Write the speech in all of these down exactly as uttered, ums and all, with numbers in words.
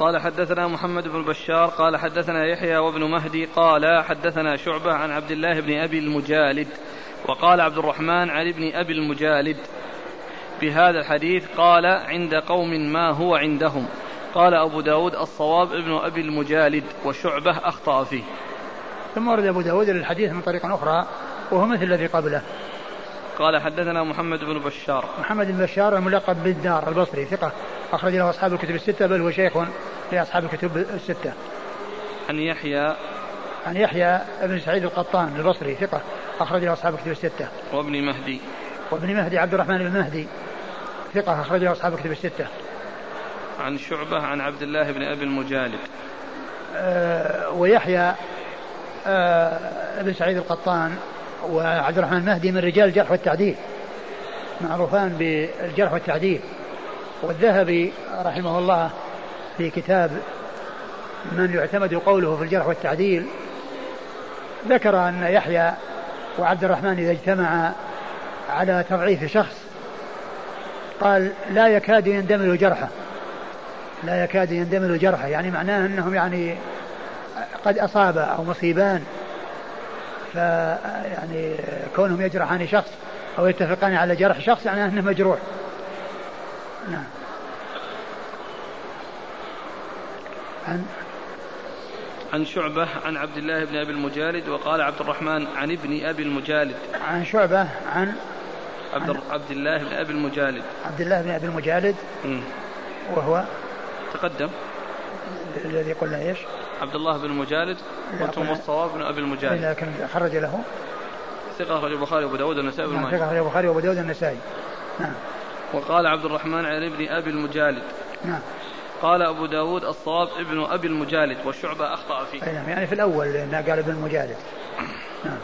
قال حدثنا محمد بن بشار قال حدثنا يحيى وابن مهدي قال حدثنا شعبة عن عبد الله بن أبي المجالد وقال عبد الرحمن عن ابن أبي المجالد بهذا الحديث قال عند قوم ما هو عندهم. قال أبو داود الصواب ابن أبي المجالد وشعبة أخطأ فيه. ثم ورد أبو داود الحديث من طريق أخرى وهو مثل الذي قبله. قال حدثنا محمد بن بشار محمد بن بشار الملقب بالدار البصري ثقة أخرج له أصحاب الكتب الستة بل هو شيخ لأصحاب الكتب الستة. عن يحيى عن يحيى بن سعيد القطان البصري ثقة أخرج له أصحاب الكتب الستة. وابن مهدي وابن مهدي عبد الرحمن بن مهدي ثقة أخرج له أصحاب الكتب الستة. عن شعبة عن عبد الله بن أبي المجالد. أه ويحيى أه بن سعيد القطان وعبد الرحمن المهدي من رجال الجرح والتعديل معروفان بالجرح والتعديل. والذهبي رحمه الله في كتاب من يعتمد قوله في الجرح والتعديل ذكر أن يحيى وعبد الرحمن إذا اجتمعا على تضعيف شخص قال لا يكاد يندمل جرحه لا يكاد يندمل جرحه يعني معناه أنهم يعني قد أصاب أو مصيبان فيعني كونهم يجرحان شخص أو يتفقان على جرح شخص يعني أنه مجروح. نعم. عن عن شعبة عن عبد الله بن أبي المجالد وقال عبد الرحمن عن ابن أبي المجالد. عن شعبة عن عبد, عن عبد الله بن أبي المجالد. عبد الله بن أبي المجالد م. وهو تقدم الذي قلنا ايش عبد الله بن المجالد وانتم الصواب بن أبي المجالد لكن خرج له ثقة أخرج البخاري وأبو داود والنسائي نعم ثقة أخرج البخاري وأبو داود والنسائي. نعم. وقال عبد الرحمن عن ابن أبي المجالد. نعم. قال أبو داود الصواب ابن أبي المجالد والشعبة أخطأ فيه. نعم يعني في الأول لأنه قال ابن المجالد. نعم.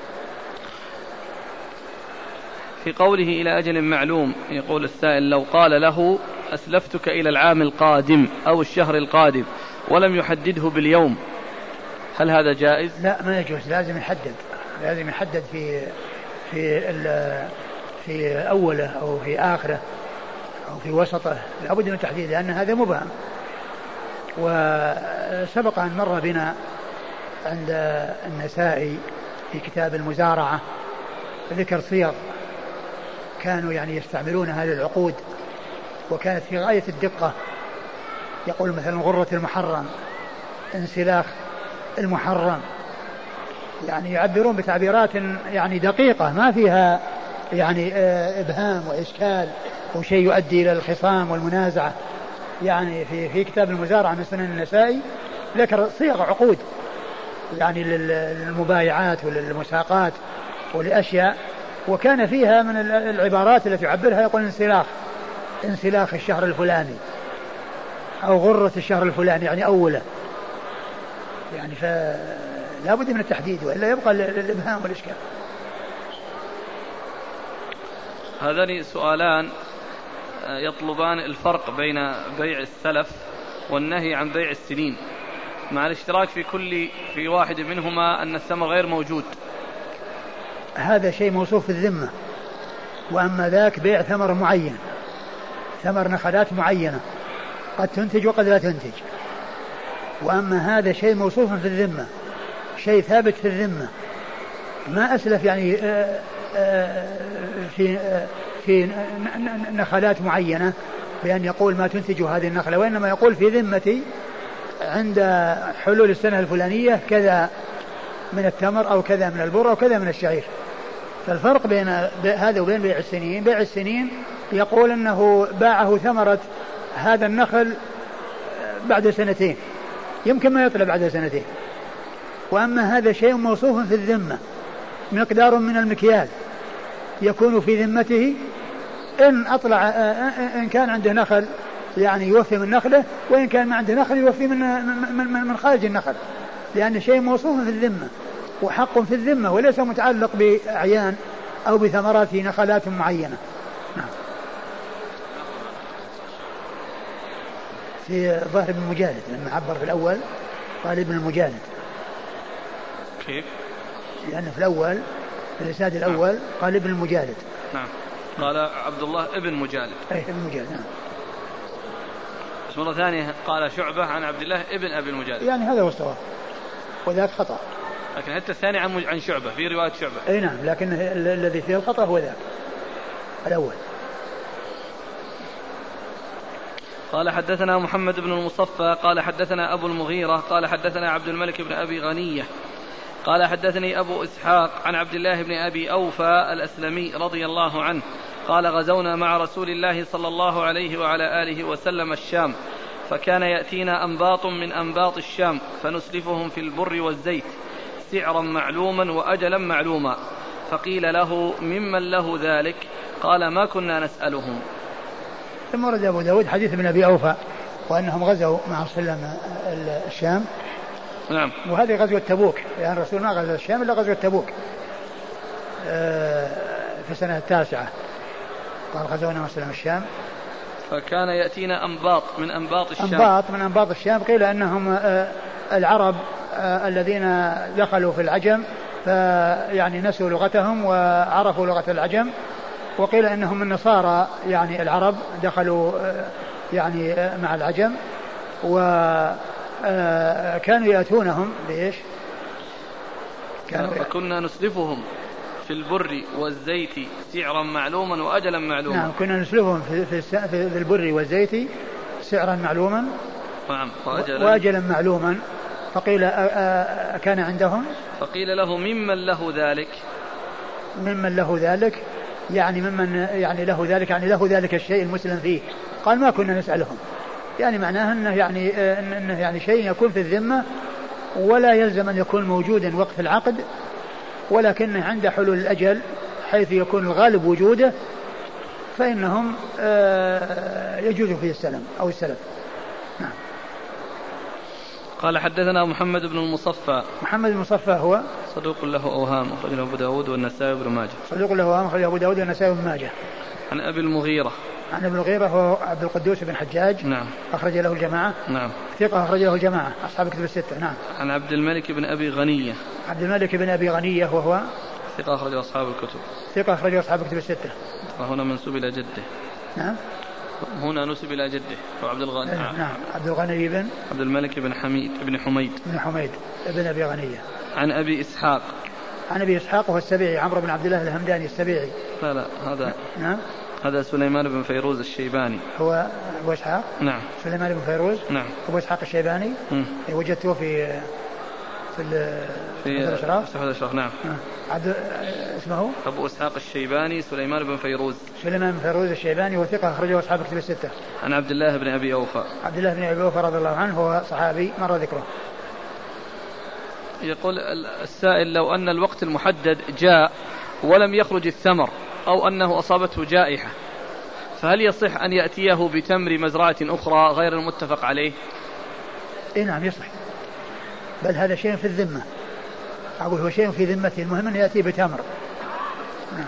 في قوله إلى أجل معلوم يقول السائل لو قال له أسلفتك إلى العام القادم أو الشهر القادم ولم يحدده باليوم هل هذا جائز؟ لا ما يجوز لازم يحدد لازم يحدد في في في أوله أو في آخره أو في وسطه لابد من تحديد لأن هذا مبهم. وسبق أن مر بنا عند النسائي في كتاب المزارعة ذكر صيغ كانوا يعني يستعملون هذه العقود وكانت في غاية الدقة. يقول مثلا غرة المحرم انسلاخ المحرم يعني يعبرون بتعبيرات يعني دقيقة ما فيها يعني إبهام وإشكال وشيء يؤدي إلى الخصام والمنازعة. يعني في في كتاب المزارعة من سنن النسائي ذكر صيغ عقود يعني للمبايعات وللمساقات ولأشياء وكان فيها من العبارات التي يعبرها يقول انسلاخ انسلاخ الشهر الفلاني أو غرة الشهر الفلاني يعني أوله يعني فلا بد من التحديد وإلا يبقى الإبهام والإشكال. هذان سؤالان يطلبان الفرق بين بيع السلف والنهي عن بيع السنين مع الاشتراك في كل في واحد منهما أن الثمر غير موجود. هذا شيء موصوف في الذمة وأما ذاك بيع ثمر معين ثمر نخلات معينة قد تنتج وقد لا تنتج. وأما هذا شيء موصوف في الذمة شيء ثابت في الذمة ما أسلف يعني في في نخلات معينة بأن يقول ما تنتج هذه النخلة وإنما يقول في ذمتي عند حلول السنة الفلانية كذا من التمر أو كذا من البر أو كذا من الشعير. فالفرق بين هذا وبين بيع السنين بيع السنين يقول أنه باعه ثمرة هذا النخل بعد سنتين يمكن ما يطلع بعد سنتين. وأما هذا شيء موصوف في الذمة مقدار من المكيال يكون في ذمته إن أطلع إن كان عنده نخل يعني يوفي من نخله وإن كان ما عنده نخل يوفي من من من خارج النخل لأن شيء موصوف في الذمة وحق في الذمة وليس متعلق بأعيان أو بثمرات نخلات معينة. نعم. في ظاهر ابن المجالد لما عبر في الأول قال ابن المجالد كيف؟ لأن في الأول في الإسناد الأول قال ابن المجالد. نعم. قال عبد الله ابن مجالد. أي ابن مجالد. نعم. بس مرة ثانية قال شعبة عن عبد الله ابن أبي المجالد، يعني هذا هو الصواب وذاك خطأ. لكن حتى الثاني عن عن شعبة في رواية شعبة. أي نعم، لكن الذي فيه الخطأ هو ذاك الأول. قال حدثنا محمد بن المصفى قال حدثنا أبو المغيرة قال حدثنا عبد الملك بن أبي غنية قال حدثني أبو إسحاق عن عبد الله بن أبي أوفى الأسلمي رضي الله عنه قال غزونا مع رسول الله صلى الله عليه وعلى آله وسلم الشام، فكان يأتينا أنباط من أنباط الشام فنسلفهم في البر والزيت سعرا معلوما وأجلا معلوما، فقيل له ممن له ذلك؟ قال ما كنا نسألهم. ثم ورد أبو داود حديث ابن أبي أوفى وأنهم غزوا مع رسول الله الشام. نعم. وهذه غزوة تبوك، لأن يعني الرسول ما غزا الشام إلا غزوة تبوك في السنة التاسعة، قال غزونا مع رسول الله الشام. فكان يأتينا أنباط من أنباط الشام. أنباط من أنباط الشام، قيل أنهم العرب الذين دخلوا في العجم فيعني نسوا لغتهم وعرفوا لغة العجم، وقيل انهم النصارى يعني العرب دخلوا يعني مع العجم وكانوا يأتونهم بإيش؟ فكنا نسلفهم في البر والزيت سعرا معلوما وأجلا معلوما. نعم، كنا نسلفهم في, في, في البر والزيت سعرا معلوما نعم وأجلا, وأجلا معلوما. فقيل كان عندهم؟ فقيل له ممن له ذلك؟ ممن له ذلك يعني ممن يعني له ذلك يعني له ذلك الشيء المسلم فيه. قال ما كنا نسألهم، يعني معناه انه يعني انه يعني شيء يكون في الذمة ولا يلزم ان يكون موجودا وقت العقد، ولكنه عند حلول الأجل حيث يكون الغالب وجوده فإنهم يجوز فيه السلم أو السلف. نعم. قال حدثنا محمد بن المصفى. محمد بن المصفى هو صدوق له أوهام أخرجه أبو داود والنسائي وابن ماجه. صدوق له أوهام أخرجه أبو داود والنسائي وابن ماجه. عن أبي المغيرة. عن أبي المغيرة هو عبد القدوس بن حجاج. نعم. أخرج له الجماعة. نعم. ثقة أخرج له الجماعة أصحاب الكتب الستة. نعم. عن عبد الملك بن أبي غنية. عبد الملك بن أبي غنية وهو ثقة أخرج أصحاب الكتب. ثقة أخرج أصحاب الكتب الستة. وهنا منسوب إلى جده. نعم. هنا نسب إلى جده وعبد الغني. نعم. نعم. عبد الغني بن عبد الملك بن حميد بن حميد بن حميد بن أبي غنية. عن أبي إسحاق. عن أبي إسحاق وهو السبيعي عمرو بن عبد الله الهمداني السبيعي. لا لا هذا. نعم. هذا سليمان بن فيروز الشيباني. هو أبو إسحاق. نعم. سليمان بن فيروز. نعم. أبو إسحاق الشيباني. م. وجدته في في في الأشراف. في الأشراف. نعم. عبد اسمه أبو إسحاق الشيباني سليمان بن فيروز. سليمان بن فيروز الشيباني وثقة أخرجه أصحاب الكتب الستة. عن عبد الله بن أبي أوفى. عبد الله بن أبي أوفى رضي الله عنه هو صحابي مر ذكره. يقول السائل لو أن الوقت المحدد جاء ولم يخرج الثمر أو أنه أصابته جائحة فهل يصح أن يأتيه بتمر مزرعة أخرى غير المتفق عليه؟ إيه نعم يصح، بل هذا شيء في الذمة، أقول هو شيء في ذمته، المهم أن يأتي بتمر. نعم.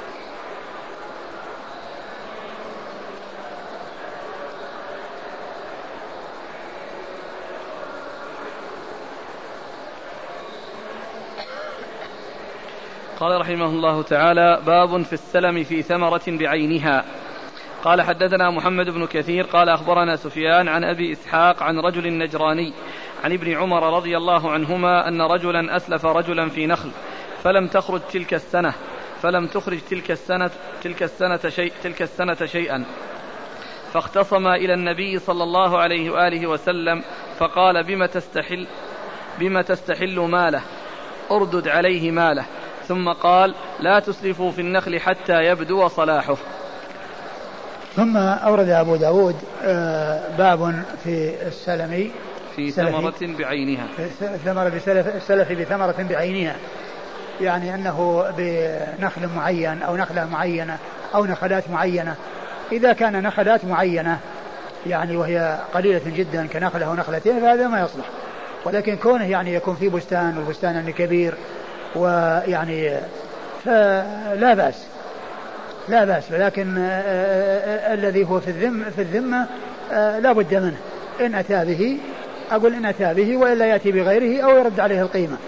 قال رحمه الله تعالى باب في السلم في ثمرة بعينها. قال حدثنا محمد بن كثير قال أخبرنا سفيان عن أبي إسحاق عن رجل نجراني عن ابن عمر رضي الله عنهما أن رجلا أسلف رجلا في نخل فلم تخرج تلك السنة فلم تخرج تلك السنة تلك السنة شيء تلك السنة شيئا فاختصم إلى النبي صلى الله عليه وآله وسلم فقال بما تستحل بما تستحل ماله أردد عليه ماله ثم قال لا تسرفوا في النخل حتى يبدو صلاحه. ثم أورد أبو داود باب في السلم في ثمرة بعينها ثمرة السلف بثمرة بعينها، يعني أنه بنخل معين أو نخلة معينة أو نخلات معينة. إذا كان نخلات معينة يعني وهي قليلة جدا كنخلة أو نخلتين فهذا ما يصلح، ولكن كونه يعني يكون في بستان والبستان يعني كبير ويعني فلا بأس لا بأس، ولكن الذي هو في الذمة في الذمة لا بد منه، إن أتى به أقول إن أتى به وإلا يأتي بغيره أو يرد عليه القيمة.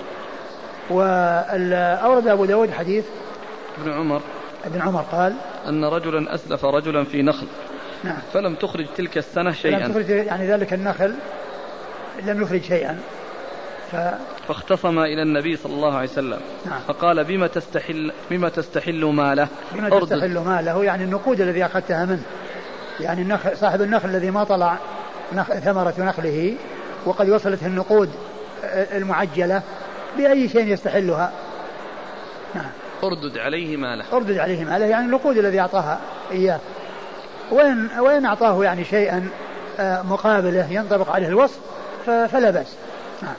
وأورد أبو داود حديث ابن عمر ابن عمر قال أن رجلا أسلف رجلا في نخل نعم. فلم تخرج تلك السنة شيئا. لم تخرج يعني ذلك النخل لم يخرج شيئا. ف... فاختصم إلى النبي صلى الله عليه وسلم. نعم. فقال بما تستحل بما تستحل ماله بما تستحل ماله يعني النقود الذي أخذتها منه. يعني النخل صاحب النخل الذي ما طلع نخ... ثمرة نخله وقد وصلت النقود المعجلة بأي شيء يستحلها. نعم. أردد عليه ماله. أردد عليه ماله يعني النقود الذي أعطاها إياه. وين وين أعطاه يعني شيئا مقابله ينطبق عليه الوصف فلا بأس. نعم.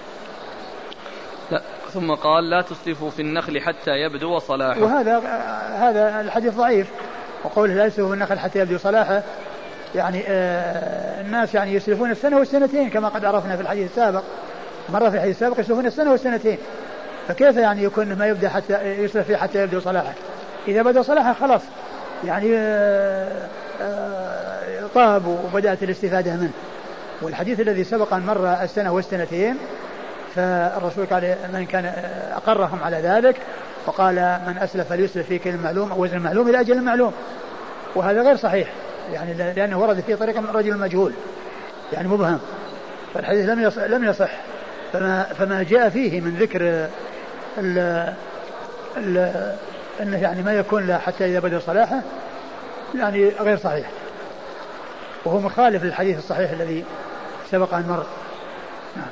لا ثم قال لا تسرفوا في النخل حتى يبدو صلاحه. وهذا هذا الحديث ضعيف. وقوله لا تسرفوا في النخل حتى يبدو صلاحه يعني آه الناس يعني يسرفون السنة والسنتين كما قد عرفنا في الحديث السابق. مرة في الحديث السابق يسرفون السنة والسنتين. فكيف يعني يكون ما يبدأ حتى يسرف فيه حتى يبدو صلاحه؟ إذا بدأ صلاحه خلاص يعني آه آه طاب وبدأت الاستفادة منه. والحديث الذي سبق أن مر السنة والسنتين فالرسول قال من كان أقرهم على ذلك وقال من أسلف فليسلف في كل معلوم أو وزن معلوم إلى أجل معلوم. وهذا غير صحيح يعني لأنه ورد في طريق من رجل مجهول يعني مبهم. فالحديث لم يصح, لم يصح فما, فما جاء فيه من ذكر ال ال أنه يعني ما يكون لا حتى إذا بدأ صلاحه يعني غير صحيح وهو مخالف للحديث الصحيح الذي سبق أن مر. نعم.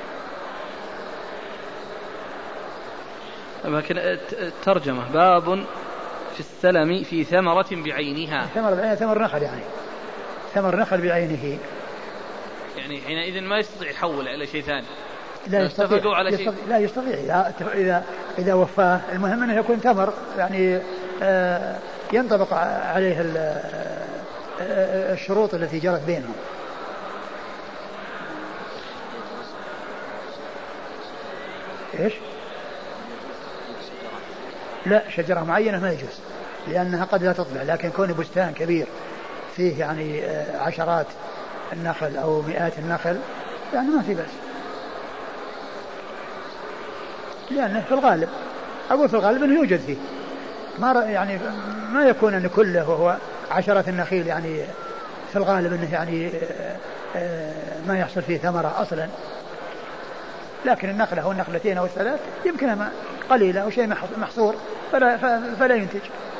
لكن الترجمة باب في السلم في ثمرة بعينها. ثمرة بعينها ثمر نخل يعني ثمر نخل بعينه يعني حينئذ ما يستطيع يحول إلى شيء ثاني. لا يستطيع على يستطيع شيء. لا يستطيع إذا إذا إذا وفاه. المهم أنه يكون ثمر يعني آه ينطبق عليه الشروط التي جرت بينهم. إيش؟ لا شجرة معينة ما يجوز لأنها قد لا تطلع. لكن كون بستان كبير فيه يعني عشرات النخل أو مئات النخل يعني ما في بأس. لأنه في الغالب أقول في الغالب أنه يوجد فيه ما يعني ما يكون أن كله وهو عشرات النخيل يعني في الغالب أنه يعني ما يحصل فيه ثمرة أصلا. لكن النخلة أو النخلتين أو الثلاث يمكنها قليلة أو شيء محصور فلا, فلا ينتج.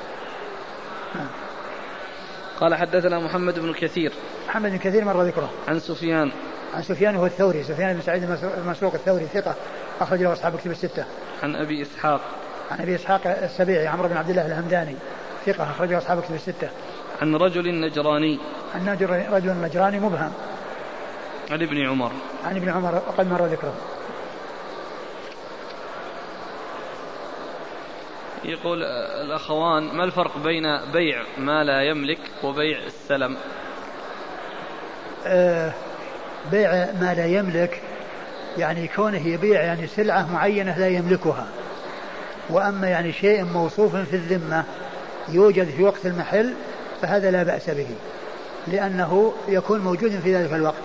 قال حدثنا محمد بن كثير. محمد بن كثير مر ذكره. عن سفيان. عن سفيان هو الثوري سفيان بن سعيد المسروق الثوري ثقة أخرج له أصحاب كتب الستة. عن أبي إسحاق. عن أبي إسحاق السبيعي عمرو بن عبد الله الهمداني ثقة أخرج له أصحاب كتب الستة. عن رجل نجراني. عن رجل نجراني مبهم. عن ابن عمر. عن ابن عمر وقد مر ذكره. يقول الأخوان ما الفرق بين بيع ما لا يملك وبيع السلم؟ آه بيع ما لا يملك يعني كونه يبيع يعني سلعة معينة لا يملكها. وأما يعني شيء موصوف في الذمة يوجد في وقت المحل فهذا لا بأس به لأنه يكون موجود في ذلك الوقت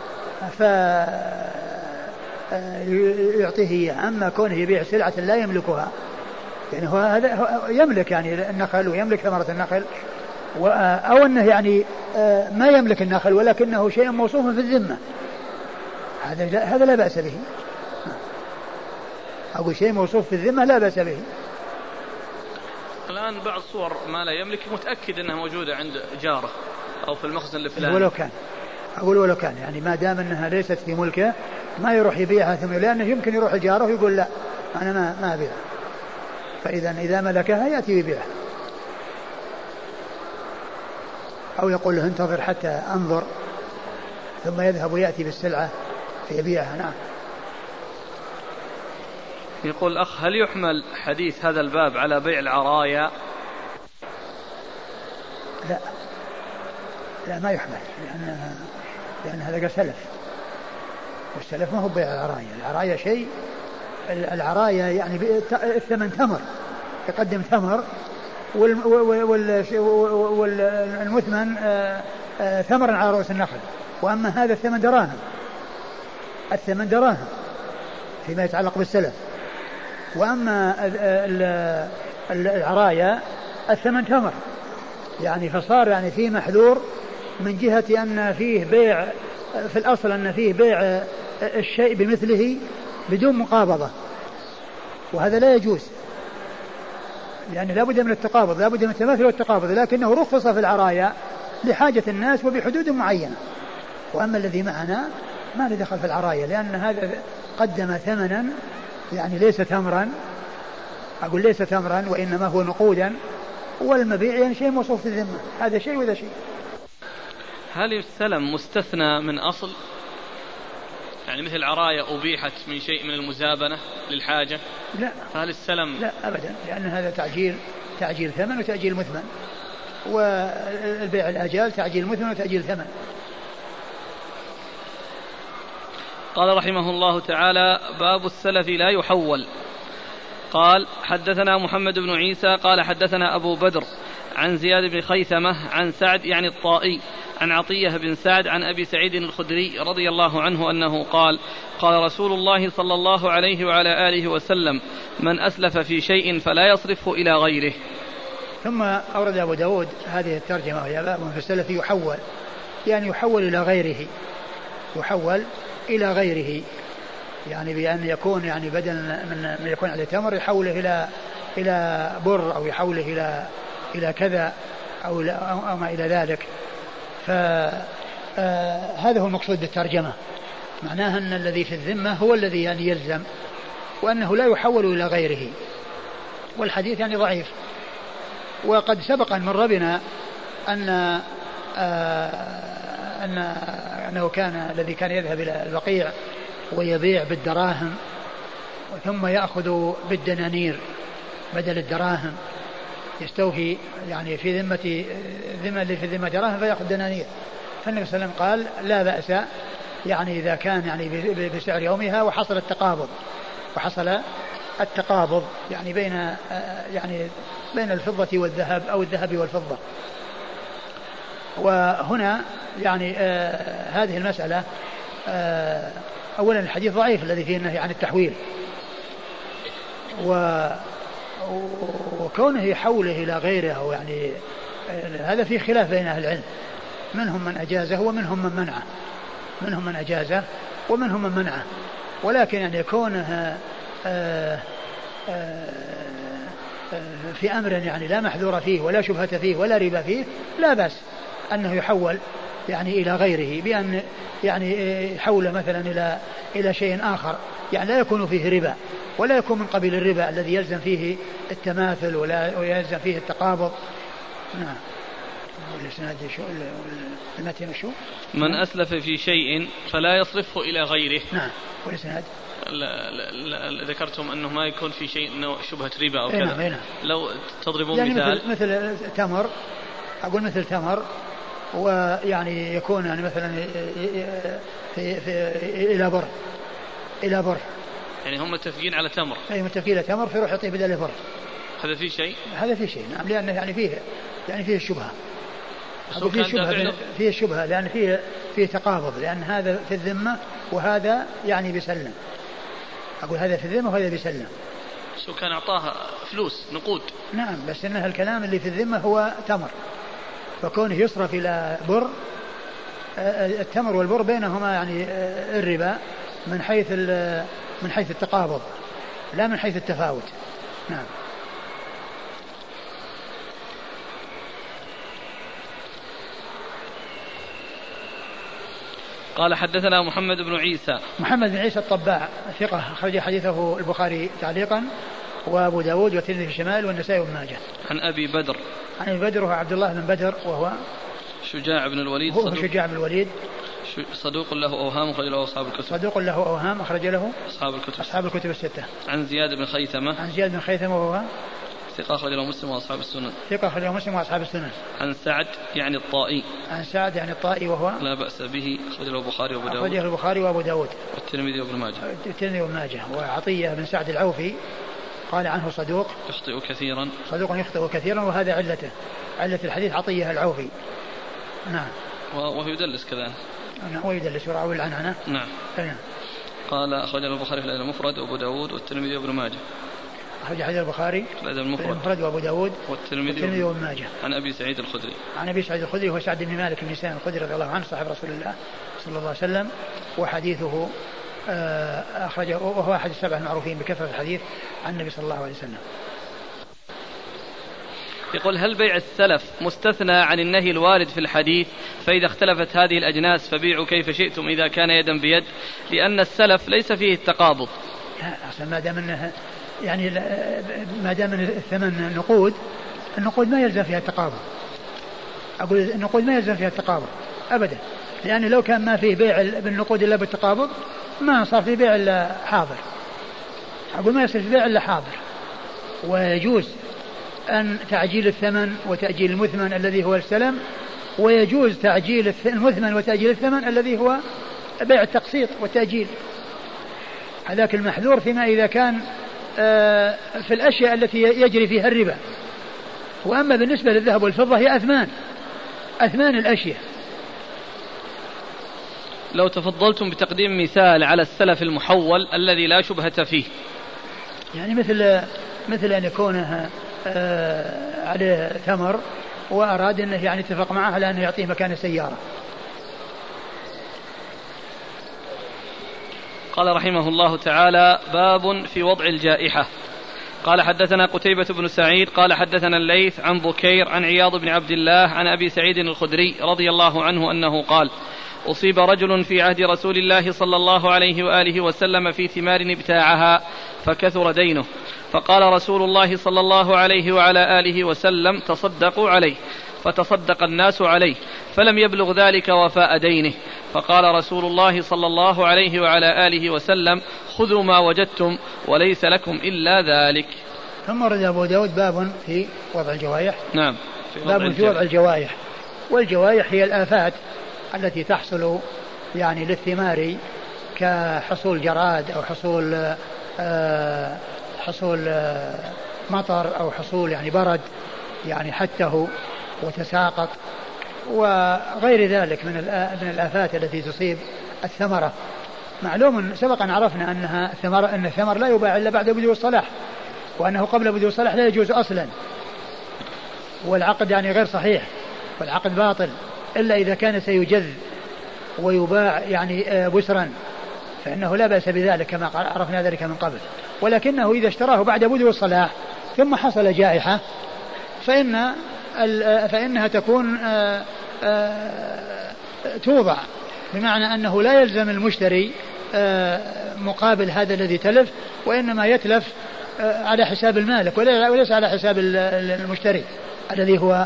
فيعطيه إياه. أما كونه يبيع سلعة لا يملكها يعني هو هذا يملك يعني النخل ويملك ثمرة النخل أو أنه يعني ما يملك النخل ولكنه شيء موصوف في الذمة هذا هذا لا بأس به. أقول شيء موصوف في الذمة لا بأس به. الآن بعض صور ما لا يملك متأكد أنها موجودة عند جاره أو في المخزن الفلاني ولو كان أقول ولو كان يعني ما دام أنها ليست في ملكه ما يروح يبيعها ثم لأنه يمكن يروح جاره ويقول لا أنا ما ما أبيع. فإذا إذا ملكها يأتي يبيعها أو يقول له انتظر حتى أنظر ثم يذهب ويأتي بالسلعة فيبيعها. نعم. يقول الأخ هل يحمل حديث هذا الباب على بيع العرايا؟ لا لا ما يحمل لأن, لأن هذا سلف والسلف ما هو بيع العرايا. العرايا شيء العرايا يعني الثمن تمر يقدم ثمر والمثمن ثمر على رؤوس النخل. وأما هذا الثمن دراهم الثمن دراهم فيما يتعلق بالسلف. وأما العرايا الثمن تمر يعني فصار يعني في محذور من جهة أن فيه بيع، في الأصل أن فيه بيع الشيء بمثله بدون مقابضة، وهذا لا يجوز، يعني لا بد من التقابض، لا بد من التماثل والتقابض، لكنه رخص في العرايا لحاجة الناس وبحدود معينة. وأما الذي معنا ما له دخل في العرايا، لأن هذا قدم ثمنا يعني ليس تمرا، أقول ليس تمرا وإنما هو نقودا، والمبيع يعني شيء موصوف في الذمة، هذا شيء وذا شيء. هل السلم مستثنى من أصل؟ يعني مثل عرايا أبيحت من شيء من المزابنة للحاجة؟ لا. فهل السلم؟ لا أبدا، لأن هذا تعجيل، تعجيل ثمن وتعجيل مثمن، والبيع الآجال تعجيل مثمن وتعجيل ثمن. قال رحمه الله تعالى: باب السلف لا يحول. قال: حدثنا محمد بن عيسى قال حدثنا أبو بدر عن زياد بن خيثمة عن سعد يعني الطائي عن عطية بن سعد عن أبي سعيد الخدري رضي الله عنه أنه قال: قال رسول الله صلى الله عليه وعلى آله وسلم: من أسلف في شيء فلا يصرفه إلى غيره. ثم أورد أبو داود هذه الترجمة: وهي باب في السلف يحول، يعني يحول إلى غيره، يحول إلى غيره، يعني بأن يكون يعني بدل من من يكون على تمر يحوله إلى إلى بر، أو يحوله إلى إلى كذا أو, أو ما إلى ذلك. فهذا هو المقصود بالترجمة، معناها أن الذي في الذمة هو الذي يعني يلزم، وأنه لا يحول إلى غيره. والحديث يعني ضعيف. وقد سبق أن مر بنا أن أن أنه كان الذي كان يذهب إلى البقيع ويبيع بالدراهم ثم يأخذ بالدنانير بدل الدراهم، يستوفي يعني في ذمة ذمة اللي في ذمة دراهم فيأخذ دنانير. فالنبي صلى الله عليه وسلم قال: لا بأس، يعني إذا كان يعني بسعر يومها وحصل التقابض، وحصل التقابض يعني بين يعني بين الفضة والذهب أو الذهب والفضة. وهنا يعني آه هذه المسألة آه أولا الحديث ضعيف الذي فيه النهي عن التحويل، و وكونه يحوله إلى غيره يعني هذا فيه خلاف بين أهل العلم، منهم من أجازه ومنهم من منعه، منهم من أجازه ومنهم من منعه. ولكن يعني يكونه آه آه في أمر يعني لا محذور فيه ولا شبهة فيه ولا ربا فيه، لا بأس أنه يحول يعني إلى غيره، بأن يعني يحول مثلا إلى إلى شيء آخر يعني لا يكون فيه ربا ولا يكون من قبيل الربا الذي يلزم فيه التماثل ولا ويلزم فيه التقابض. نعم. شو من أسلف في شيء فلا يصرفه إلى غيره. نعم. والإسناد ذكرتم أنه ما يكون في شيء شبهة ربا أو كذا. نعم. نعم. لو تضربون يعني مثال مثل, مثل تمر، أقول مثل تمر، ويعني يكون يعني مثلا في في إلى بر، إلى بر، يعني هم متفقين على تمر، أي متفقين على تمر فيروح يعطيه بدل بر. هذا فيه شيء؟ هذا فيه شيء، نعم، لأنه يعني فيه يعني فيه الشبهة، فيه شبهة، فيه الشبهة لأن فيه فيه تقابض، لأن هذا في الذمة وهذا يعني بيسلم. أقول هذا في الذمة وهذا بيسلم. سو كان أعطاها فلوس نقود. نعم، بس إنها الكلام اللي في الذمة هو تمر، فكونه يصرف إلى بر، التمر والبر بينهما يعني الربا من حيث من حيث التقابض لا من حيث التفاوت. نعم. قال: حدثنا محمد بن عيسى. محمد بن عيسى الطباع ثقة، أخرج حديثه البخاري تعليقا وأبو داود والترمذي في الشمال والنسائي وابن ماجه. عن أبي بدر. عن أبي بدر وهو عبد الله بن بدر وهو شجاع بن الوليد. هو شجاع بن الوليد صدوق له أوهام أخرج له أصحاب الكتب. صدوق له أوهام أخرج له أصحاب الكتب. أصحاب الكتب الستة. عن زياد بن خيثمة. عن زياد بن خيثمة وهو ثقة أخرج له مسلم وأصحاب السنن. ثقة أخرج له مسلم وأصحاب السنن. عن سعد يعني الطائي. عن سعد يعني الطائي وهو لا بأس به، أخرج له البخاري وأبو داود. أخرجه البخاري وأبو داود والترمذي وابن ماجه. الترمذي وابن ماجه. وعطية بن سعد العوفي قال عنه صدوق يخطئ كثيرا. صدوق يخطئ كثيرا، وهذا علته، علة الحديث عطية العوفي. نعم. وهو يدلس كذلك. نعم، ويدلس وراوي العنعنة. نعم. نعم. قال: أخرج له البخاري في الأدب المفرد وأبو داود والترمذي وابن ماجه. أخرج حديث البخاري المفرد وأبو داود والترمذي وابن ماجه. عن أبي سعيد الخدري عن أبي سعيد الخدري هو سعد بن مالك بن سنان الخدري رضي الله عنه صاحب رسول الله صلى الله عليه وسلم، وحديثه أخرجه وهو أحد السبع المعروفين بكثرة الحديث عن النبي صلى الله عليه وسلم. يقول: هل بيع السلف مستثنى عن النهي الوارد في الحديث؟ فإذا اختلفت هذه الأجناس فبيعوا كيف شئتم إذا كان يدا بيد، لأن السلف ليس فيه التقابض. لا أصلا ما دام انه يعني ما دام الثمن نقود، النقود ما يلزم فيها التقابض. أقول النقود ما يلزم فيها التقابض أبدا، لأن لو كان ما فيه بيع بالنقود إلا بالتقابض ما صار فيه بيع إلا حاضر. أقول ما يصير بيع إلا حاضر. ويجوز أن تعجيل الثمن وتأجيل المثمن الذي هو السلم، ويجوز تعجيل المثمن وتأجيل الثمن الذي هو بيع التقسيط والتأجيل. هذاك المحذور فيما إذا كان في الأشياء التي يجري فيها الربا. وأما بالنسبة للذهب والفضة هي أثمان أثمان الأشياء. لو تفضلتم بتقديم مثال على السلف المحول الذي لا شبهة فيه، يعني مثل مثل أن يكون عليه ثمر وأراد أنه يعني اتفق معه على أنه يعطيه مكان السيارة. قال رحمه الله تعالى: باب في وضع الجائحة. قال: حدثنا قتيبة بن سعيد قال حدثنا الليث عن بكير عن عياض بن عبد الله عن أبي سعيد الخدري رضي الله عنه أنه قال: أصيب رجل في عهد رسول الله صلى الله عليه وآله وسلم في ثمار ابتاعها فكثر دينه، فقال رسول الله صلى الله عليه وعلى آله وسلم: تصدقوا عليه، فتصدق الناس عليه، فلم يبلغ ذلك وفاء دينه، فقال رسول الله صلى الله عليه وعلى آله وسلم: خذوا ما وجدتم وليس لكم إلا ذلك. ثم ورد أبو داود باب في وضع الجوائح. نعم، في باب في وضع الجوائح. والجوائح هي الآفات التي تحصل يعني للثمار كحصول جراد أو حصول آه حصول آه مطر أو حصول يعني برد يعني حته وتساقط وغير ذلك من من الآفات التي تصيب الثمرة. معلوم سبق أن عرفنا أنها ثمر أن الثمر لا يباع إلا بعد بدو الصلاح، وأنه قبل بدو الصلاح لا يجوز أصلا، والعقد يعني غير صحيح والعقد باطل إلا إذا كان سيجذ ويباع يعني بسرا فإنه لا بأس بذلك كما عرفنا ذلك من قبل. ولكنه إذا اشتراه بعد بدو الصلاح ثم حصل جائحة فإن فإنها تكون آآ آآ توضع، بمعنى أنه لا يلزم المشتري مقابل هذا الذي تلف، وإنما يتلف على حساب المالك وليس على حساب المشتري الذي هو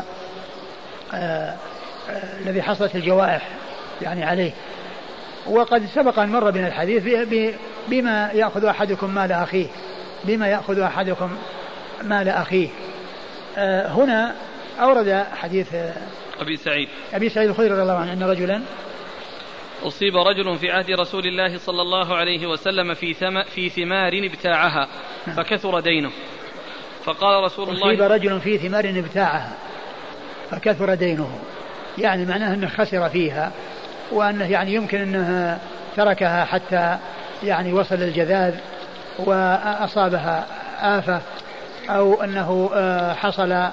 الذي حصلت الجوائح يعني عليه. وقد سبق أن مر بنا الحديث بما يأخذ أحدكم مال أخيه بما يأخذ أحدكم مال أخيه. هنا أورد حديث أبي سعيد أبي سعيد الخدري رضي الله عنه أن رجلا أصيب رجل في عهد رسول الله صلى الله عليه وسلم في ثم في ثمار ابتاعها فكثر دينه، فقال رسول الله: أصيب رجل في ثمار ابتاعها فكثر دينه، يعني معناه أنه خسر فيها، وأنه يعني يمكن أنه تركها حتى يعني وصل الجذاذ وأصابها آفة، أو أنه حصل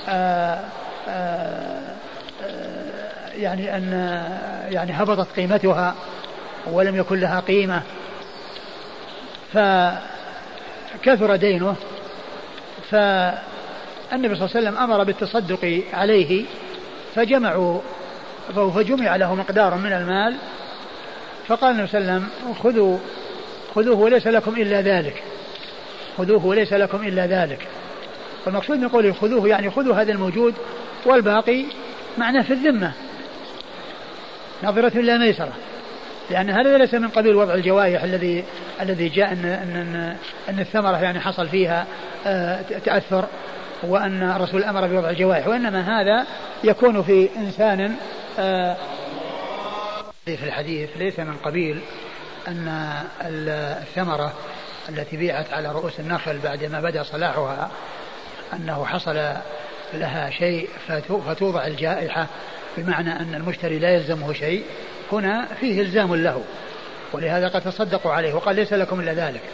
يعني أن يعني هبطت قيمتها ولم يكن لها قيمة فكثر دينه. فالنبي صلى الله عليه وسلم أمر بالتصدق عليه فجمعوا فجمع له مقدار من المال، فقال النبي صلى الله عليه وسلم: خذوا خذوه وليس لكم إلا ذلك خذوه وليس لكم إلا ذلك. والمقصود من قوله خذوه يعني خذوا هذا الموجود والباقي معناه في الذمة نظرة لا ميسرة، لأن هذا ليس من قبيل وضع الجوائح الذي الذي جاء أن, أن, أن الثمرة يعني حصل فيها تأثر وأن الرسول أمر بوضع الجوائح، وإنما هذا يكون في إنسان في الحديث ليس من قبيل أن الثمرة التي بيعت على رؤوس النخل بعدما بدأ صلاحها أنه حصل لها شيء فتوضع الجائحة، بمعنى أن المشتري لا يلزمه شيء. هنا فيه إلزام له، ولهذا قد تصدقوا عليه وقال: ليس لكم إلا ذلك.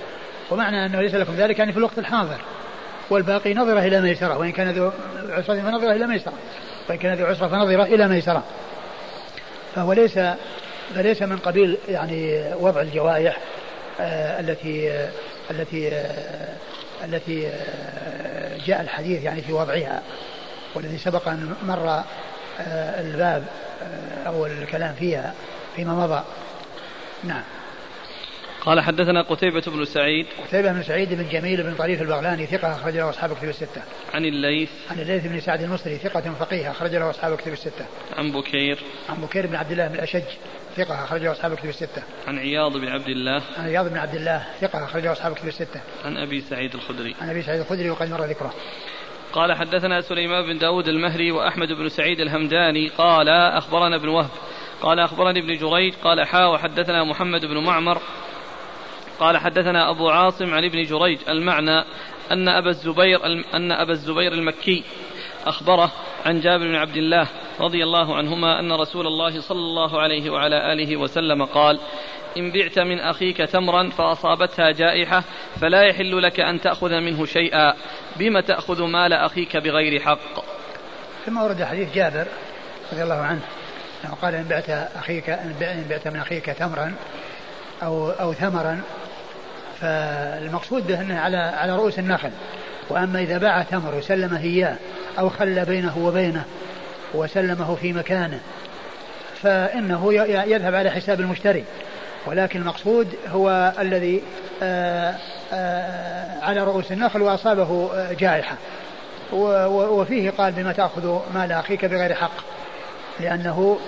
ومعنى أنه ليس لكم ذلك يعني في الوقت الحاضر، والباقي نظرة إلى ميسرة، وإن كان ذو عسرة فنظرة إلى ميسرة، وإن كان ذو عسرة فنظرة إلى ميسرة. فهو ليس فليس من قبيل يعني وضع الجوائح آه التي آه التي آه التي آه جاء الحديث يعني في وضعها، والذي سبق أن مر آه الباب آه أو الكلام فيها فيما مضى. نعم. قال حدثنا قتيبة بن سعيد. قتيبة بن سعيد بن جميل بن طريف البغلاني ثقة أخرج له أصحاب كتب الستة. عن الليث. عن الليث بن سعد المصري ثقة فقيه أخرج له أصحاب كتب الستة. عن بكير. عن بكير بن عبد الله بن الأشج ثقة أخرج له أصحاب كتب الستة. عن عياض بن عبد الله. عن عياض بن عبد الله ثقة أخرج له أصحاب كتب الستة. عن أبي سعيد الخدري. عن أبي سعيد الخدري وقد مر ذكره. قال حدثنا سليمان بن داود المهري وأحمد بن سعيد الهمداني قال أخبرنا ابن وهب قال أخبرني ابن جريج قال حا وحدثنا محمد بن معمر قال حدثنا أبو عاصم عن ابن جريج المعنى أن أبا الزبير أن أبا الزبير المكي أخبره عن جابر بن عبد الله رضي الله عنهما أن رسول الله صلى الله عليه وعلى آله وسلم قال: إن بعت من أخيك تمرا فأصابتها جائحة فلا يحل لك أن تأخذ منه شيئا، بما تأخذ مال أخيك بغير حق. ثم ورد حديث جابر رضي الله عنه قال: إن بعت أخيك إن بعت من أخيك تمرا أو أو ثمرا، فالمقصود به أنه على على رؤوس النخل. وأما إذا باع تمر وسلمه إياه أو خلى بينه وبينه وسلمه في مكانه فإنه يذهب على حساب المشتري، ولكن المقصود هو الذي آآ آآ على رؤوس النخل وأصابه جائحة. وفيه قال: بما تأخذ مال أخيك بغير حق، لأنه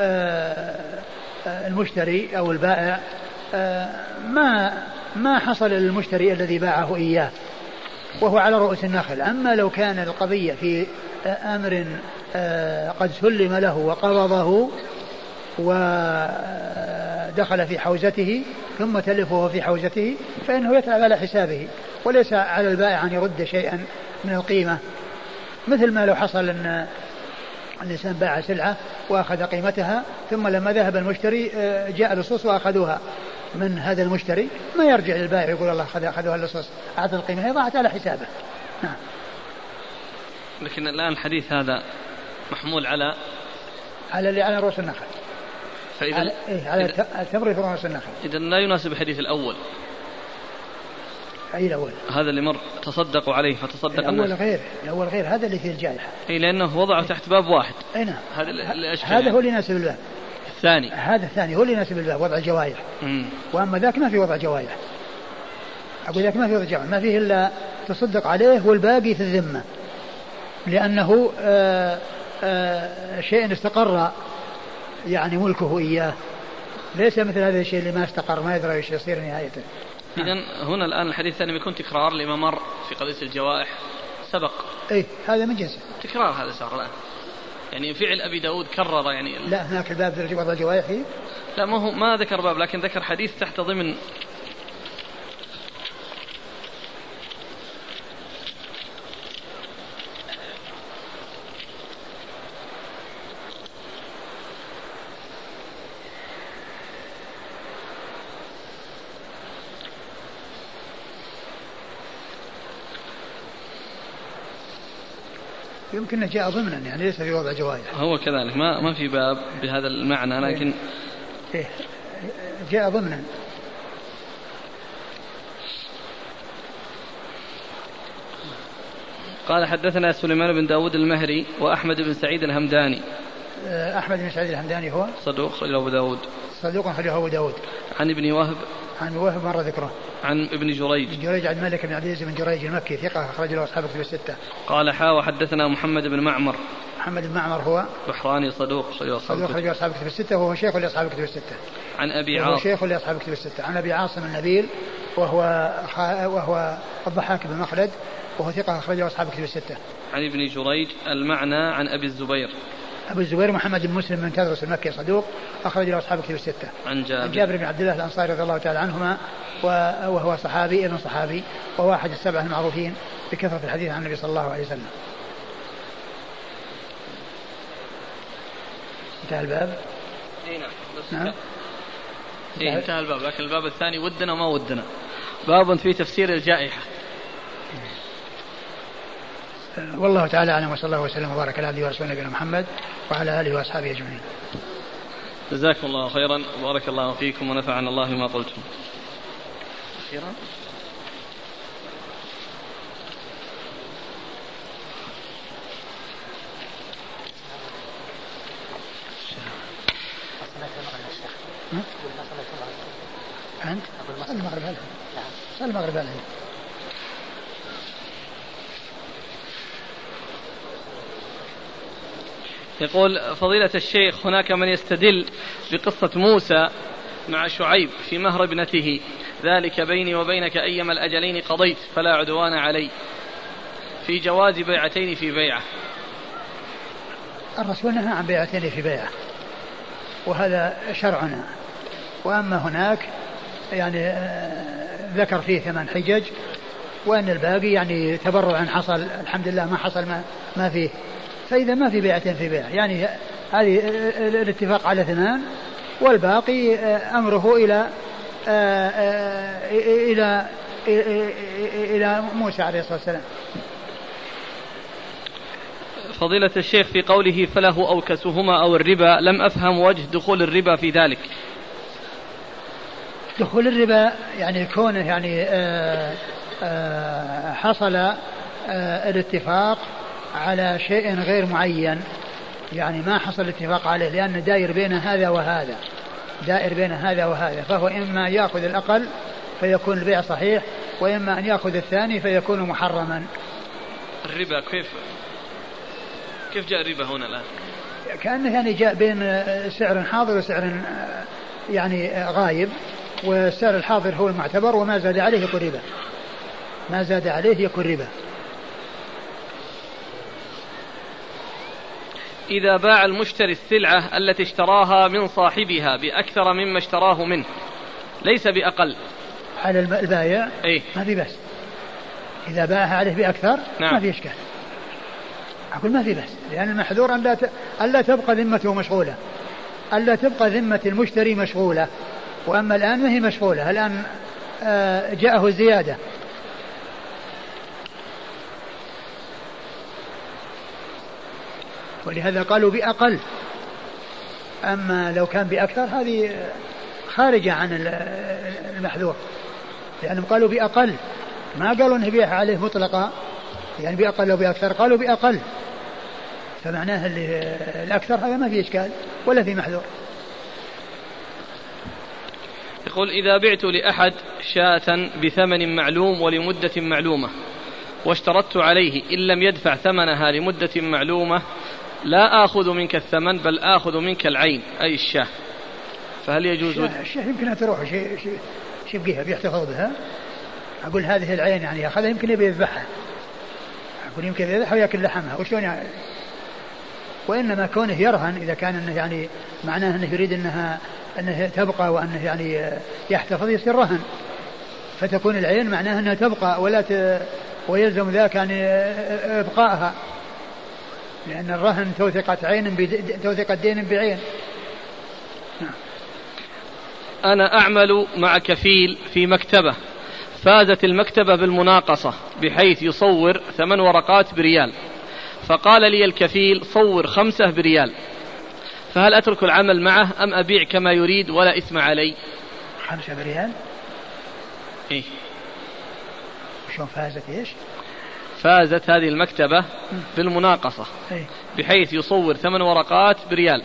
المشتري أو البائع ما ما حصل للمشتري الذي باعه إياه وهو على رؤوس النخل. أما لو كان القضية في أمر قد سلم له وقبضه ودخل في حوزته ثم تلفه في حوزته فإنه يتعب على حسابه، وليس على البائع أن يرد شيئا من القيمة، مثل ما لو حصل أن الإنسان باع سلعة وأخذ قيمتها ثم لما ذهب المشتري جاء لصوص وأخذوها من هذا المشتري، ما يرجع للبائع يقول الله أخذوها اللصوص أعطى القيمة، هي ضاعت على حسابه. نعم. لكن الآن الحديث هذا محمول على على اللي على رؤوس النخل، فإذا على, إيه على التمر في رؤوس النخل. إذا لا يناسب الحديث الأول. أي الأول؟ هذا اللي مر تصدقوا عليه فتصدق الأول الناس. غير الأول غير هذا اللي فيه الجائحة. أي لأنه وضعه تحت باب واحد. أي نعم. هذا اللي أشكل هذا يعني. هو اللي يناسب الباب. الثاني هذا الثاني هو اللي يناسب الباب، وضع الجوائح. مم. وأما ذاك ما في وضع جوائح. أقول ذاك ما في وضع جوائح، ما فيه إلا تصدق عليه والباقي في الذمة، لأنه آآ آآ شيء استقر يعني ملكه إياه، ليس مثل هذا الشيء اللي ما استقر ما يدري ايش يصير نهايته. إذن هنا الآن الحديث الثاني بيكون تكرار لما مر في قضية الجوائح سبق. إيه هذا من جنسه تكرار هذا صار الآن، يعني فعل أبي داود كرر يعني. لا هناك الباب في وضع الجوائح فيه؟ لا ما هو ما ذكر باب، لكن ذكر حديث تحت ضمن. يمكن جاء ضمنا يعني ليس في وضع جوائح. هو كذلك ما ما في باب بهذا المعنى، لكن إيه جاء ضمنا. قال حدثنا سليمان بن داود المهري وأحمد بن سعيد الهمداني. أحمد بن سعيد الهمداني هو صدوق خرجه أبو داود. صدوق خرجه أبو داود. عن ابن وهب. عن وهب مر ذكره. عن ابن جريج. ابن جريج عن مالك بن عبد العزيز بن جريج المكي ثقة أخرج له أصحاب كتب الستة. قال حا وحدثنا محمد بن معمر. محمد بن معمر هو بحراني صدوق خرجه أصحاب كتب الستة وهو شيخ لأصحاب كتب الستة. عن أبي عاصم. عاصم. شيخ لأصحاب كتب الستة. عن أبي عاصم النبيل وهو خا... وهو الضحاك بن مخلد وهو ثقة أخرجه أصحاب كتب الستة. عن ابن جريج المعنى عن أبي الزبير. أبو الزبير محمد بن مسلم من تدرس المكي صدوق أخرج له أصحاب كتب الستة. عن جابر. عن جابر بن عبد الله الأنصاري رضي الله تعالى عنهما وهو صحابي ابن صحابي وواحد السبعة المعروفين بكثرة الحديث عن النبي صلى الله عليه وسلم. انتهى الباب. اي نعم. نعم. إيه انتهى الباب، لكن الباب الثاني ودنا وما ودنا. باب في تفسير الجائحة. والله تعالى أعلم، وصلى الله وسلم وبارك على عبده ورسوله نبينا محمد وعلى آله وأصحابه أجمعين. جزاكم الله خيرا وبارك الله فيكم ونفعنا الله بما قلتم. أخيرا أنت؟ صلى المغرب هلا. صلى المغرب هلا. يقول فضيلة الشيخ هناك من يستدل بقصة موسى مع شعيب في مهر ابنته ذلك بيني وبينك أيما الأجلين قضيت فلا عدوان علي في جواز بيعتين في بيعة. الرسول نهى عن بيعتين في بيعة وهذا شرعنا. وأما هناك يعني ذكر فيه ثمان حجج وأن الباقي يعني تبرعا حصل الحمد لله ما حصل ما, ما فيه. فإذا ما في بيعتين في بيع يعني هذه الاتفاق على ثمان والباقي أمره إلى إلى إلى موسى عليه الصلاة والسلام. فضيلة الشيخ في قوله فله أو كسهما أو الربا لم أفهم وجه دخول الربا في ذلك. دخول الربا يعني كونه يعني آآ آآ حصل الاتفاق على شيء غير معين يعني ما حصل الاتفاق عليه لأن دائر بين هذا وهذا دائر بين هذا وهذا فهو إما يأخذ الأقل فيكون البيع صحيح وإما أن يأخذ الثاني فيكون محرما. الربا كيف كيف جاء الربا هنا الآن؟ كأنه يعني جاء بين سعر حاضر وسعر يعني غايب والسعر الحاضر هو المعتبر وما زاد عليه يكون ربا ما زاد عليه يكون ربا. إذا باع المشتري السلعة التي اشتراها من صاحبها بأكثر مما اشتراه منه ليس بأقل على البائع أيه؟ ما في بس إذا باعها عليه بأكثر نعم. ما في إشكال أقول ما في بس لأن المحذور أن لا ألا تبقى ذمته مشغولة ألا تبقى ذمة المشتري مشغولة وأما الآن ما هي مشغولة الآن جاءه الزيادة ولهذا قالوا بأقل. أما لو كان بأكثر هذه خارجة عن المحذور لأنهم قالوا بأقل ما قالوا أنه بيع عليه مطلقا يعني بأقل أو بأكثر قالوا بأقل فمعناه الأكثر هذا ما في إشكال ولا في محذور. يقول إذا بعت لأحد شاة بثمن معلوم ولمدة معلومة واشترطت عليه إن لم يدفع ثمنها لمدة معلومة لا آخذ منك الثمن بل آخذ منك العين أي الشاة فهل يجوز؟ الشاة يمكن أن تروح شيء شيء شيء بقيها بيحتفظ بها أقول هذه العين يعني أخذها يمكن يبي يذبحها أقول يمكن يذبحها ويأكل لحمها وشون يعني وإنما كونه يرهن إذا كان إنه يعني معناه إنه يريد إنها أنه تبقى وأنه يعني يحتفظ يصير رهن فتكون العين معناه أنها تبقى ولا ت... ويلزم ذاك يعني إبقائها لأن الرهن توثقة عين بد... توثقة دين بعين. أنا أعمل مع كفيل في مكتبة فازت المكتبة بالمناقصة بحيث يصور ثمان ورقات بريال فقال لي الكفيل صور خمسة بريال فهل أترك العمل معه أم أبيع كما يريد ولا إثم علي؟ خمسة بريال إيه شو فازت إيش؟ فازت هذه المكتبة بالمناقصة إيه؟ بحيث يصور ثمان ورقات بريال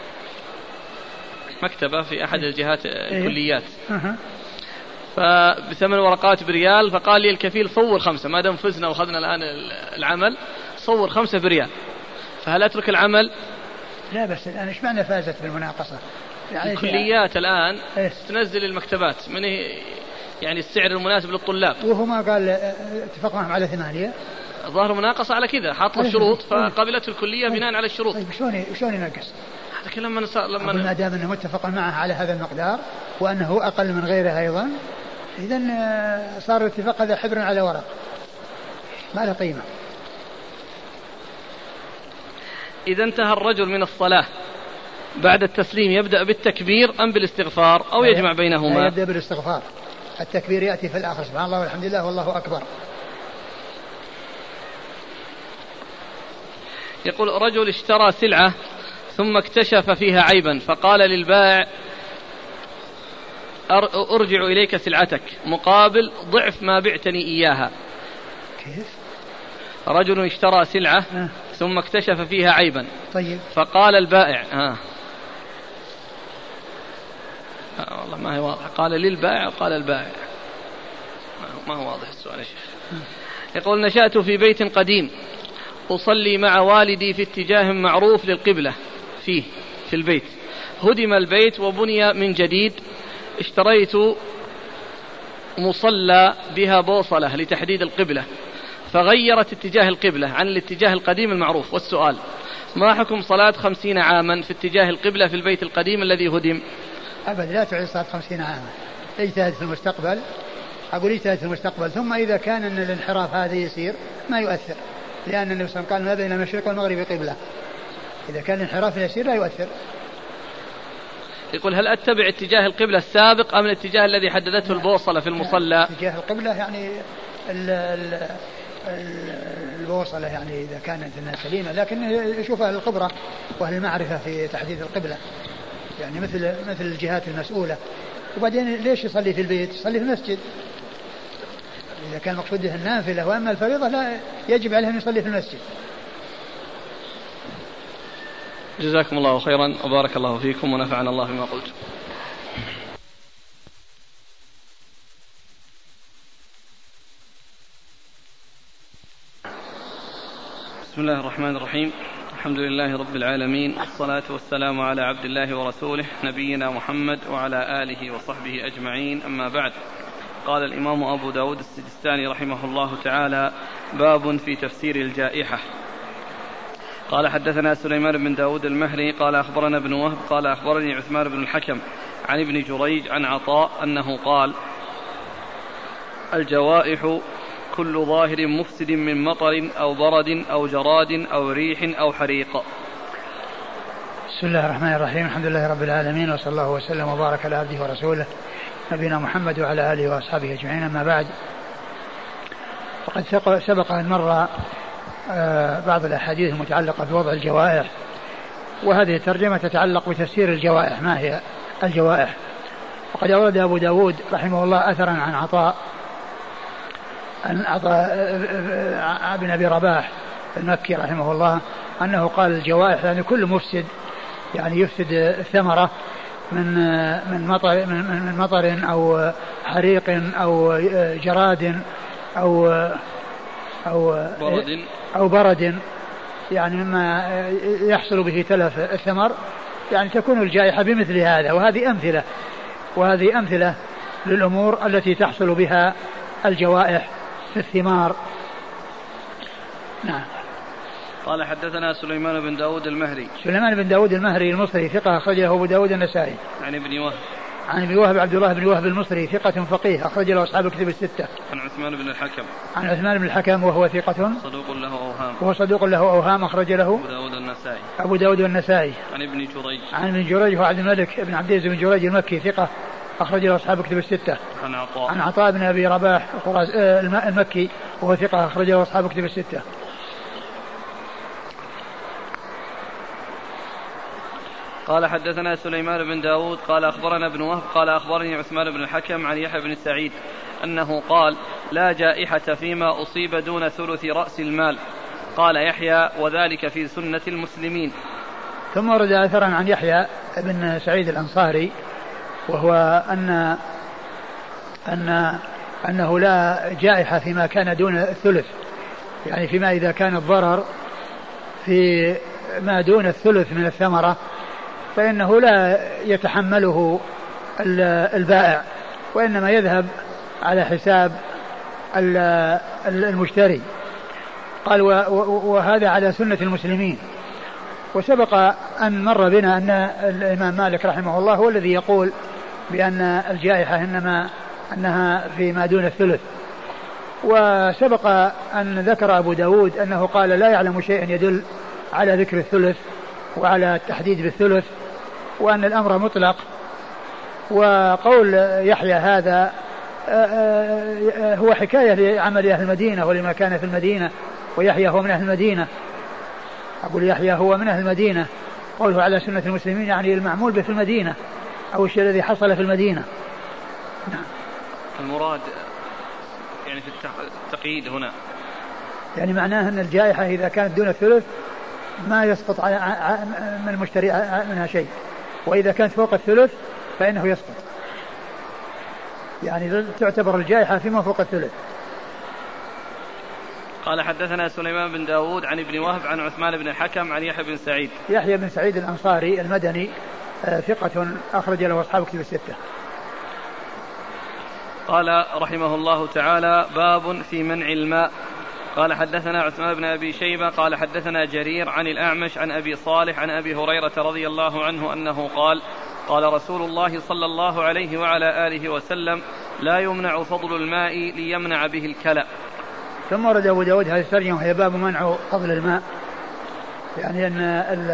مكتبة في أحد الجهات إيه؟ الكليات أه. فبثمان ورقات بريال فقال لي الكفيل صور خمسة ما دام فزنا وأخذنا الآن العمل صور خمسة بريال فهل أترك العمل؟ لا بس الآن إيش معنى فازت بالمناقصة؟ يعني الكليات الآن إيه؟ تنزل المكتبات من يعني السعر المناسب للطلاب وهو ما قال اتفق معهم على ثمانية ظهر مناقصة على كذا حاط له شروط فقبلته الكلية بناء على الشروط. طيب شلون شلون ينقص؟ هذا كلام من صار لما ما دام انه متفق معه على هذا المقدار وانه اقل من غيره ايضا اذا صار الاتفاق هذا حبر على ورق ما له قيمة. إذا انتهى الرجل من الصلاة بعد التسليم يبدأ بالتكبير أم بالاستغفار أو يجمع بينهما؟ يبدأ بالاستغفار التكبير يأتي في الآخر سبحان الله والحمد لله والله أكبر. يقول رجل اشترى سلعة ثم اكتشف فيها عيبا فقال للبائع أرجع إليك سلعتك مقابل ضعف ما بعتني إياها. كيف؟ رجل اشترى سلعة أه. ثم اكتشف فيها عيبا طيب. فقال البائع آه. آه والله ما هي واضحة. قال للبائع قال البائع ما هو واضح السؤال يا شيخ. يقول نشأت في بيت قديم أصلي مع والدي في اتجاه معروف للقبلة فيه في البيت. هدم البيت وبني من جديد. اشتريت مصلى بها بوصلة لتحديد القبلة فغيرت اتجاه القبلة عن الاتجاه القديم المعروف. والسؤال ما حكم صلاة خمسين عاما في اتجاه القبلة في البيت القديم الذي هدم؟ أبدا لا تعيد صلاة خمسين عاما. اجتهد في المستقبل. أقول اجتهد في المستقبل ثم إذا كان أن الانحراف هذا يصير ما يؤثر لأن النبي صلى الله عليه وسلم قال ما بين المشرق والمغرب قبلة. إذا كان الانحراف يصير لا يؤثر. يقول هل أتبع اتجاه القبلة السابق أم الاتجاه الذي حددته البوصلة في المصلى؟ اتجاه القبلة يعني ال ال البوصلة يعني إذا كانت سليمة لكن يشوف أهل الخبرة وأهل المعرفة في تحديد القبلة يعني مثل مثل الجهات المسؤولة. وبعدين ليش يصلي في البيت؟ يصلي في المسجد إذا كان مقصوده النافلة. وأما الفريضة لا يجب عليه أن يصلي في المسجد. جزاكم الله خيرا وبارك الله فيكم ونفعنا الله بما قلت. بسم الله الرحمن الرحيم. الحمد لله رب العالمين والصلاة والسلام على عبد الله ورسوله نبينا محمد وعلى آله وصحبه أجمعين. أما بعد. قال الإمام أبو داود السجستاني رحمه الله تعالى باب في تفسير الجائحة. قال حدثنا سليمان بن داود المهري قال أخبرنا ابن وهب قال أخبرني عثمان بن الحكم عن ابن جريج عن عطاء أنه قال الجوائح كل ظاهر مفسد من مطر أو برد أو جراد أو ريح أو حريق. بسم الله الرحمن الرحيم. الحمد لله رب العالمين وصلى الله وسلم وبارك على عبده ورسوله نبينا محمد وعلى آله وأصحابه أجمعين. أما بعد فقد سبق أن مر بعض الأحاديث المتعلقة بوضع الجوائح وهذه الترجمة تتعلق بتفسير الجوائح. ما هي الجوائح؟ وقد أورد أبو داود رحمه الله أثرا عن عطاء عن عطاء بن أبي رباح المكي رحمه الله أنه قال الجوائح يعني كل مفسد يعني يفسد الثمرة من من مطر من مطر أو حريق أو جراد أو أو برد أو برد يعني مما يحصل به تلف الثمر يعني تكون الجائحة بمثل هذا. وهذه أمثلة وهذه أمثلة للأمور التي تحصل بها الجوائح في الثمار. نعم. قال حدثنا سليمان بن داود المهري. سليمان بن داود المهري المصري ثقة أخرجه أبو داود النسائي. عن ابن وهب. عن ابن وهب عبد الله بن وهب المصري ثقة فقيه أخرج له أصحاب الكتب الستة. عن عثمان بن الحكم. عن عثمان بن الحكم وهو ثقة صدوق له أوهام. وهو صدوق له أوهام أخرج له أبو داود النسائي. أبو داود النسائي. عن ابن جريج. عن ابن جريج هو عبد الملك بن عبد العزيز بن جريج المكي ثقة أخرج له أصحاب الكتب الستة. عن عطاء. عن عطاء بن أبي رباح المكي وهو ثقة أخرج له أصحاب الكتب الستة. قال حدثنا سليمان بن داود قال أخبرنا ابن وهب قال أخبرني عثمان بن الحكم عن يحيى بن سعيد أنه قال لا جائحة فيما أصيب دون ثلث رأس المال. قال يحيى وذلك في سنة المسلمين. ثم ورد أثرا عن يحيى بن سعيد الأنصاري وهو أن أن أنه لا جائحة فيما كان دون الثلث يعني فيما إذا كان الضرر في ما دون الثلث من الثمرة فإنه لا يتحمله البائع وإنما يذهب على حساب المشتري. قال وهذا على سنة المسلمين. وسبق أن مر بنا أن الإمام مالك رحمه الله هو الذي يقول بأن الجائحة إنما أنها فيما دون الثلث. وسبق أن ذكر أبو داود أنه قال لا يعلم شيء يدل على ذكر الثلث وعلى التحديد بالثلث وأن الأمر مطلق. وقول يحيى هذا هو حكاية لعمل أهل المدينة ولما كان في المدينة، ويحيى هو من أهل المدينة. أقول يحيى هو من أهل المدينة، قوله على سنة المسلمين يعني المعمول به في المدينة أو الشيء الذي حصل في المدينة. نعم. المراد يعني في التقييد هنا يعني معناه أن الجائحة إذا كانت دون الثلث ما يسقط من المشتري منها شيء، وإذا كانت فوق الثلث فإنه يسقط، يعني تعتبر الجائحة فيما فوق الثلث. قال حدثنا سليمان بن داود عن ابن وهب عن عثمان بن الحكم عن يحيى بن سعيد. يحيى بن سعيد الأنصاري المدني ثقة أخرج له أصحاب كتب الستة. قال رحمه الله تعالى باب في منع الماء. قال حدثنا عثمان بن أبي شيبة قال حدثنا جرير عن الأعمش عن أبي صالح عن أبي هريرة رضي الله عنه أنه قال قال رسول الله صلى الله عليه وعلى آله وسلم لا يمنع فضل الماء ليمنع به الكلى. ثم ورد أبو داود هذه الترجمة وهي باب منع فضل الماء، يعني أن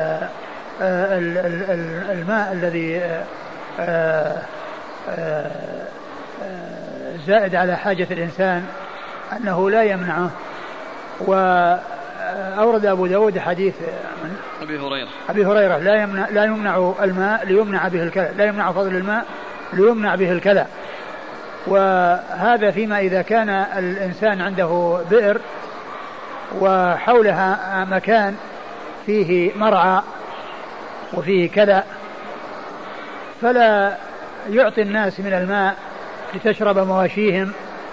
الماء الذي زائد على حاجة الإنسان أنه لا يمنعه. وأورد أبو داود حديث من أبي هريرة أبي هريرة لا يمنع, لا يمنع الماء ليمنع به الكلى، لا يمنع فضل الماء ليمنع به الكلى. وهذا فيما إذا كان الإنسان عنده بئر وحولها مكان فيه مرعى وفيه كلى، فلا يعطي الناس من الماء لتشرب مواشيهم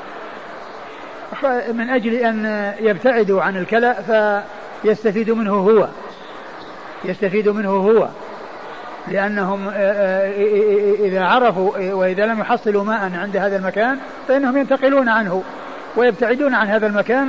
من أجل أن يبتعدوا عن الكلى فيستفيد منه هو يستفيد منه هو لأنهم إذا عرفوا وإذا لم يحصلوا ماء عند هذا المكان فإنهم ينتقلون عنه ويبتعدون عن هذا المكان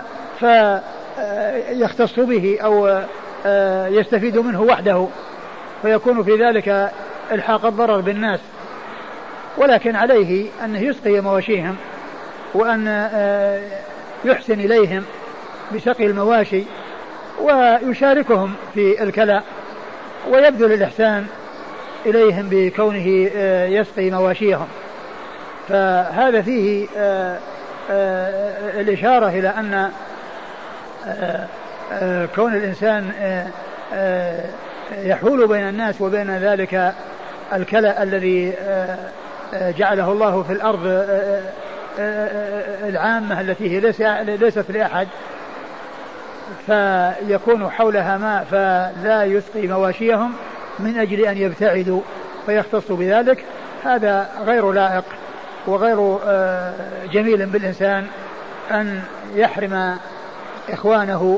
فيختص به أو يستفيد منه وحده، فيكون في ذلك إلحاق الضرر بالناس. ولكن عليه أن يسقي مواشيهم وأن يحسن إليهم بسقي المواشي ويشاركهم في الكلى ويبذل الإحسان إليهم بكونه يسقي مواشيهم. فهذا فيه الإشارة إلى أن كون الإنسان يحول بين الناس وبين ذلك الكلى الذي جعله الله في الأرض العامة التي هي ليست لأحد، فيكون حولها ماء فلا يسقي مواشيهم من أجل أن يبتعدوا فيختصوا بذلك. هذا غير لائق وغير جميل بالإنسان أن يحرم إخوانه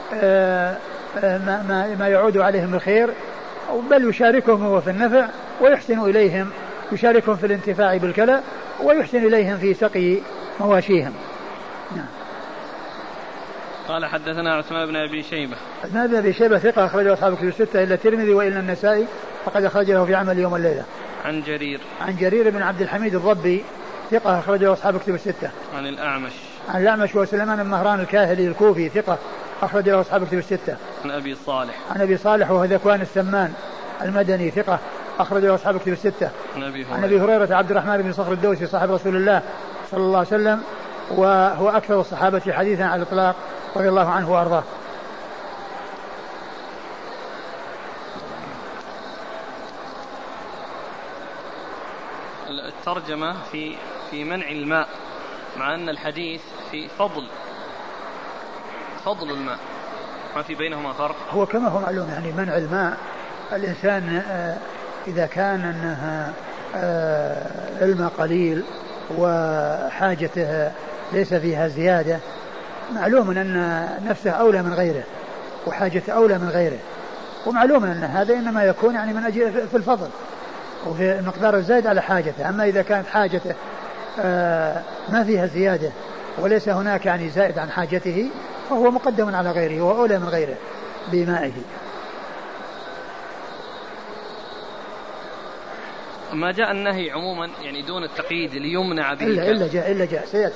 ما يعود عليهم بالخير، بل يشاركهم هو في النفع ويحسن إليهم، يشاركهم في الانتفاع بالكلى ويحسن إليهم في سقي مواشيهم. نعم. قال حدثنا عثمان بن أبي شيبة. عثمان بن أبي شيبة ثقة أخرجه أصحاب الكتب الستة إلا الترمذي وإلا النسائي فقد أخرجه في عمل يوم الليلة. عن جرير عن جرير بن عبد الحميد الضبي ثقة أخرجه أصحاب الكتب الستة. عن الأعمش عن الأعمش وسليمان بن مهران الكاهلي الكوفي ثقة أخرجه أصحاب الكتب الستة. عن أبي صالح عن أبي صالح وهو ذكوان السمان المدني ثقة أخرجه أصحاب الكتب الستة. عن أبي هريرة عبد الرحمن بن صخر الدوسي صاحب رسول الله صلى الله عليه وسلم وهو أكثر الصحابة حديثا على الإطلاق رضي الله عنه وأرضاه. الترجمة في في منع الماء مع أن الحديث في فضل فضل الماء، ما في بينهما فرق. هو كما هو معلوم يعني منع الماء الإنسان إذا كان أنها الماء قليل وحاجته ليس فيها زيادة، معلوم أن نفسه أولى من غيره وحاجته أولى من غيره، ومعلوم أن هذا إنما يكون يعني من أجل في الفضل وفي المقدار الزايد على حاجته. أما إذا كانت حاجته ما فيها زيادة وليس هناك يعني زائد عن حاجته فهو مقدم على غيره وأولى من غيره بمائه. ما جاء النهي عموما يعني دون التقييد ليمنع به إلا, إلا جاء إلا جاء سيأتي.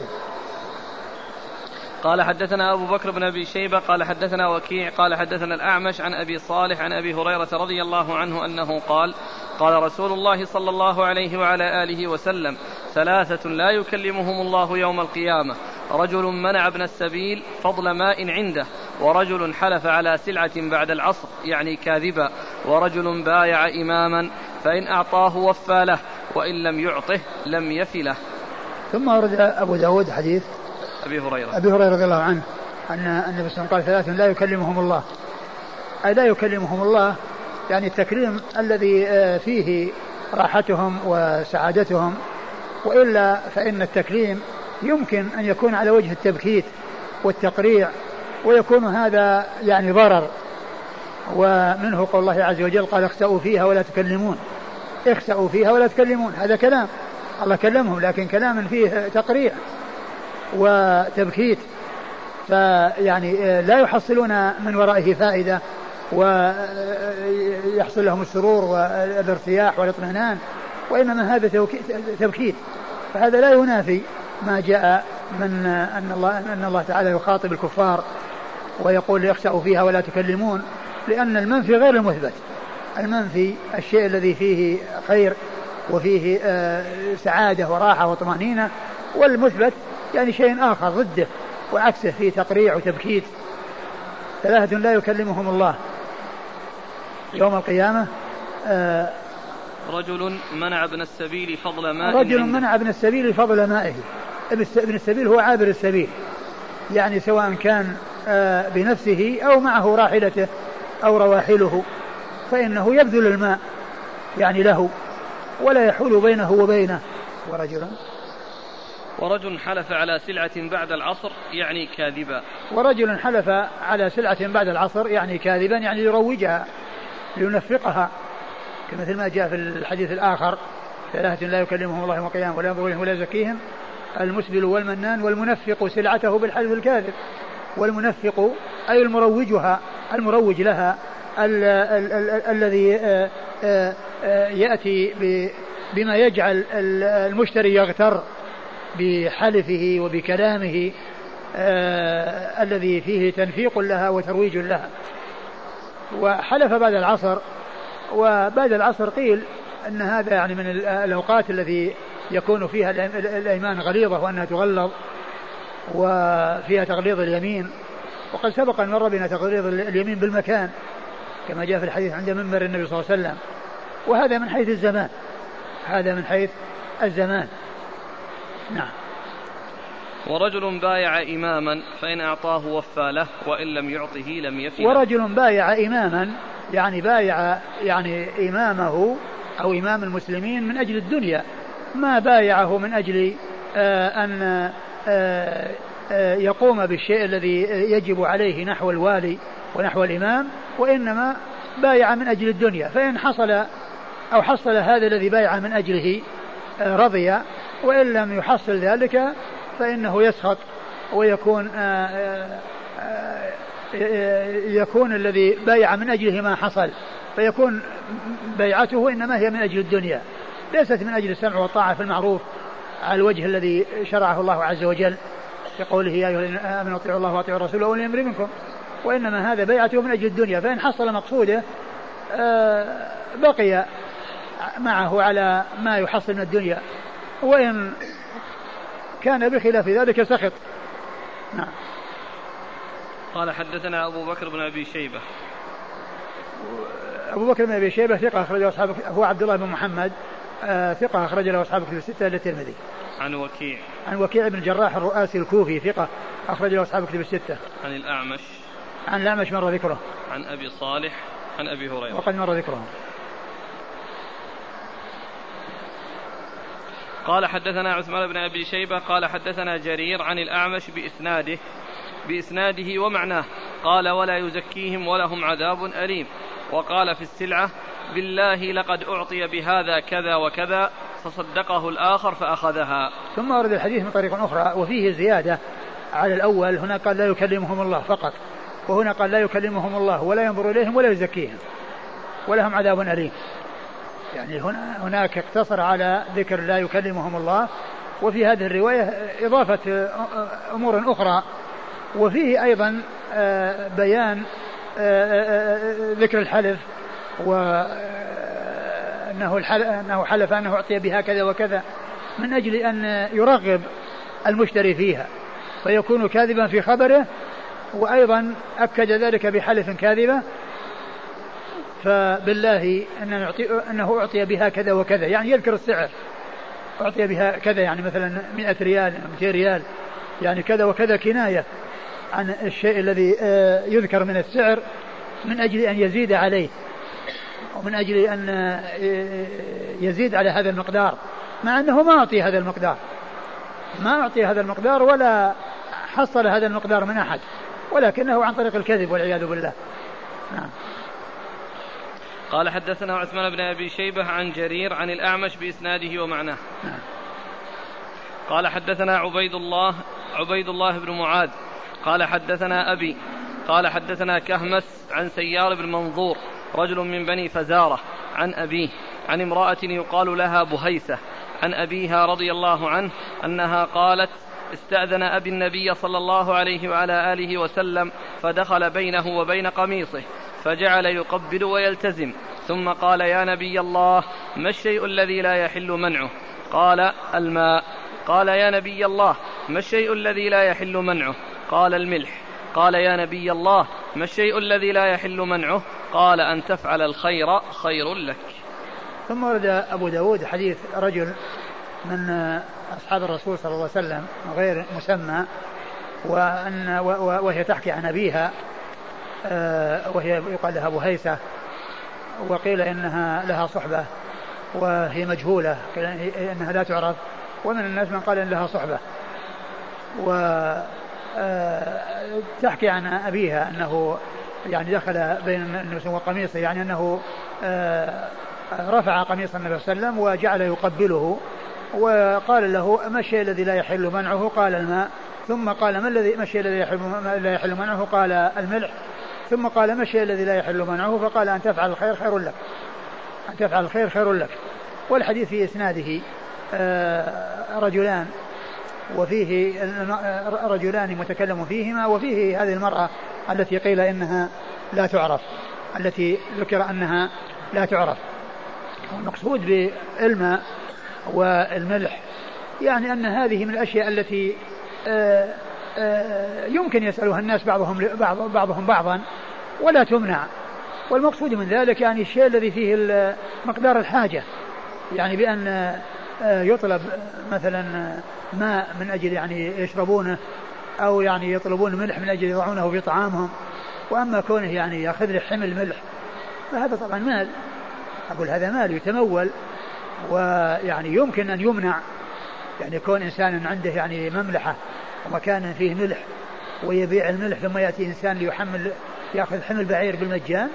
قال حدثنا أبو بكر بن أبي شيبة قال حدثنا وكيع قال حدثنا الأعمش عن أبي صالح عن أبي هريرة رضي الله عنه أنه قال قال رسول الله صلى الله عليه وعلى آله وسلم: ثلاثة لا يكلمهم الله يوم القيامة: رجل منع ابن السبيل فضل ماء عنده، ورجل حلف على سلعة بعد العصر يعني كاذبا، ورجل بايع إماما فإن أعطاه وفى له وإن لم يعطه لم يفي له. ثم ورد أبو داود حديث أبي هريرة أبي هريرة رضي الله عنه أن النبي صلى الله عليه وسلم قال: ثلاث لا يكلمهم الله، أي لا يكلمهم الله يعني التكريم الذي فيه راحتهم وسعادتهم، وإلا فإن التكريم يمكن أن يكون على وجه التبكيت والتقريع، ويكون هذا يعني ضرر. ومنه قول الله عز وجل: قال: اخسأوا فيها ولا تكلمون. اخسأوا فيها ولا تكلمون، هذا كلام الله كلمهم، لكن كلام فيه تقريع وتبكيت، فيعني لا يحصلون من ورائه فائدة ويحصل لهم السرور والارتياح والاطمئنان، وإنما هذا تبكيت. فهذا لا ينافي ما جاء من أن الله, أن الله تعالى يخاطب الكفار ويقول: يخسأوا فيها ولا تكلمون، لأن المنفي غير المثبت. المنفي الشيء الذي فيه خير وفيه سعادة وراحة وطمأنينة، والمثبت يعني شيء آخر ضده وعكسه فيه تقريع وتبكيت. ثلاثة لا يكلمهم الله يوم القيامة: آه رجل منع ابن السبيل فضل ماء رجل منع ابن السبيل فضل مائه. ابن السبيل هو عابر السبيل، يعني سواء كان آه بنفسه أو معه راحلته أو رواحله، فإنه يبذل الماء يعني له ولا يحول بينه وبينه. ورجل ورجل حلف على سلعة بعد العصر يعني كاذبا. ورجل حلف على سلعة بعد العصر يعني كاذبا، يعني يروجها لينفقها، كمثل ما جاء في الحديث الآخر: ثلاثة لا يكلمهم الله يوم القيامة ولا ينظر إليهم ولا يزكيهم: المسبل والمنان والمنفق سلعته بالحلف الكاذب. والمنفق أي المروجها، المروج لها، الذي يأتي بما يجعل المشتري يغتر بحلفه وبكلامه آه الذي فيه تنفيق لها وترويج لها. وحلف بعد العصر، وبعد العصر قيل أن هذا يعني من الأوقات التي يكون فيها الأيمان غليظة وأنها تغلظ وفيها تغليظ اليمين، وقد سبق أن مر بنا تغليظ اليمين بالمكان كما جاء في الحديث عند منبر النبي صلى الله عليه وسلم. وهذا من حيث الزمان، هذا من حيث الزمان. نعم. ورجل بايع إماما فإن أعطاه وفى له وإن لم يعطه لم يفي. ورجل بايع إماما يعني بايع يعني إمامه أو إمام المسلمين من أجل الدنيا، ما بايعه من أجل آه أن آه آه يقوم بالشيء الذي يجب عليه نحو الوالي ونحو الإمام، وإنما بايع من أجل الدنيا. فإن حصل أو حصل هذا الذي بايع من أجله آه رضي، وإن لم يحصل ذلك فإنه يسخط ويكون آآ آآ يكون الذي بايع من أجله ما حصل، فيكون بيعته إنما هي من أجل الدنيا، ليست من أجل السمع والطاعة في المعروف على الوجه الذي شرعه الله عز وجل في قوله: يا أيها الذين آمنوا اطيعوا الله واطيعوا الرسول وأولي الأمر منكم. وإنما هذا بيعته من أجل الدنيا، فإن حصل مقصوده بقي معه على ما يحصل من الدنيا، وإن كان بخلاف ذلك سخط. نعم. قال: حدثنا أبو بكر بن أبي شيبة. أبو بكر بن أبي شيبة ثقة أخرج له أصحاب، هو عبد الله بن محمد آه ثقة أخرج له أصحاب كتب الستة إلا الترمذي. عن وكيع. عن وكيع بن الجراح الرؤاسي الكوفي ثقة أخرج له أصحاب كتب الستة. عن الأعمش. عن الأعمش مر ذكره. عن أبي صالح عن أبي هريرة وقد مر ذكره. قال: حدثنا عثمان بن أبي شيبة قال: حدثنا جرير عن الأعمش بإسناده بإسناده ومعناه. قال: ولا يزكيهم ولهم عذاب أليم. وقال في السلعة: بالله لقد أعطي بهذا كذا وكذا، فصدقه الآخر فأخذها. ثم ورد الحديث من طريق أخرى وفيه زيادة على الأول. هنا قال: لا يكلمهم الله فقط، وهنا قال: لا يكلمهم الله ولا ينظر إليهم ولا يزكيهم ولهم عذاب أليم. يعني هنا هناك اقتصر على ذكر لا يكلمهم الله، وفي هذه الرواية إضافة أمور أخرى، وفيه أيضا بيان ذكر الحلف وأن أنه, أنه حلف أنه أعطي بها كذا وكذا من أجل أن يرغب المشتري فيها فيكون كاذبا في خبره، وأيضا أكد ذلك بحلف كاذبة، فبالله أنه أعطي بها كذا وكذا، يعني يذكر السعر، أعطي بها كذا يعني مثلا مئة ريال مئتين ريال، يعني كذا وكذا كناية عن الشيء الذي يذكر من السعر من أجل أن يزيد عليه ومن أجل أن يزيد على هذا المقدار، مع أنه ما أعطي هذا المقدار ما أعطي هذا المقدار ولا حصل هذا المقدار من أحد، ولكنه عن طريق الكذب والعياذ بالله. نعم. قال حدثنا عثمان بن أبي شيبة عن جرير عن الأعمش بإسناده ومعناه. نعم. قال حدثنا عبيد الله عبيد الله بن معاذ قال حدثنا أبي قال حدثنا كهمس عن سيار بن منظور رجل من بني فزارة عن أبيه عن امرأة يقال لها بهيسة عن أبيها رضي الله عنه أنها قالت استأذن أبي النبي صلى الله عليه وعلى آله وسلم فدخل بينه وبين قميصه فجعل يقبل ويلتزم، ثم قال يا نبي الله ما الشيء الذي لا يحل منعه؟ قال الماء. قال يا نبي الله ما الشيء الذي لا يحل منعه؟ قال الملح. قال يا نبي الله ما الشيء الذي لا يحل منعه؟ قال أن تفعل الخير خير لك. ثم ورد أبو داود حديث رجل من أصحاب الرسول صلى الله عليه وسلم غير مسمى، وأن وهي تحكي عن أبيها وهي يقال لها بهيسة، وقيل إنها لها صحبة وهي مجهولة إنها لا تعرف، ومن الناس من قال إن لها صحبة، وتحكي عن أبيها أنه يعني دخل بين النبي وقميصه، يعني أنه رفع قميص النبي صلى الله عليه وسلم وجعل يقبله، وقال له ما الشيء الذي لا يحل منعه؟ قال الماء. ثم قال ما الذي ما الشيء الذي لا يحل منعه؟ قال الملح. ثم قال ما الشيء الذي لا يحل منعه؟ فقال أن تفعل الخير خير لك أن تفعل الخير خير لك. والحديث في إسناده رجلان، وفيه رجلان متكلم فيهما، وفيه هذه المرأة التي قيل إنها لا تعرف، التي ذكر أنها لا تعرف. المقصود بالماء والملح يعني أن هذه من الأشياء التي آآ آآ يمكن يسألها الناس بعضهم بعضهم بعضا ولا تمنع، والمقصود من ذلك يعني الشيء الذي فيه مقدار الحاجة، يعني بأن يطلب مثلا ماء من أجل يعني يشربونه، أو يعني يطلبون ملح من أجل يضعونه في طعامهم. وأما كونه يعني يأخذ له حمل ملح فهذا طبعا مال، أقول هذا مال يتمول، ويعني يمكن أن يمنع، يعني يكون إنسان عنده يعني مملحة ومكان فيه ملح ويبيع الملح، ثم يأتي إنسان ليحمل يأخذ حمل بعير بالمجان،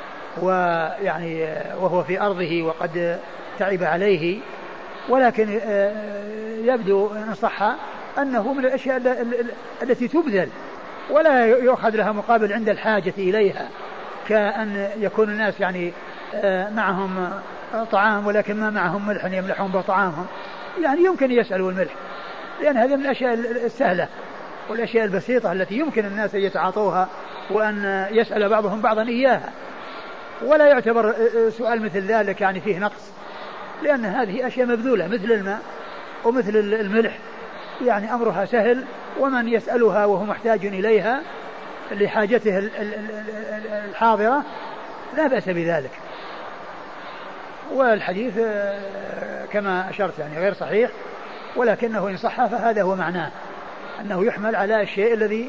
ويعني وهو في أرضه وقد تعب عليه، ولكن يبدو إن صح أنه من الأشياء التي تبذل ولا يؤخذ لها مقابل عند الحاجة إليها، كأن يكون الناس يعني معهم طعام ولكن ما معهم ملح يملحون بطعامهم، يعني يمكن يسألوا الملح، لأن هذه من الأشياء السهلة والأشياء البسيطة التي يمكن الناس أن يتعاطوها وأن يسأل بعضهم بعضا إياها، ولا يعتبر سؤال مثل ذلك يعني فيه نقص، لأن هذه أشياء مبذولة مثل الماء ومثل الملح، يعني أمرها سهل، ومن يسألها وهو محتاج إليها لحاجته الحاضرة لا بأس بذلك. والحديث كما أشرت يعني غير صحيح، ولكنه إن صح فهذا هو معناه، أنه يحمل على الشيء الذي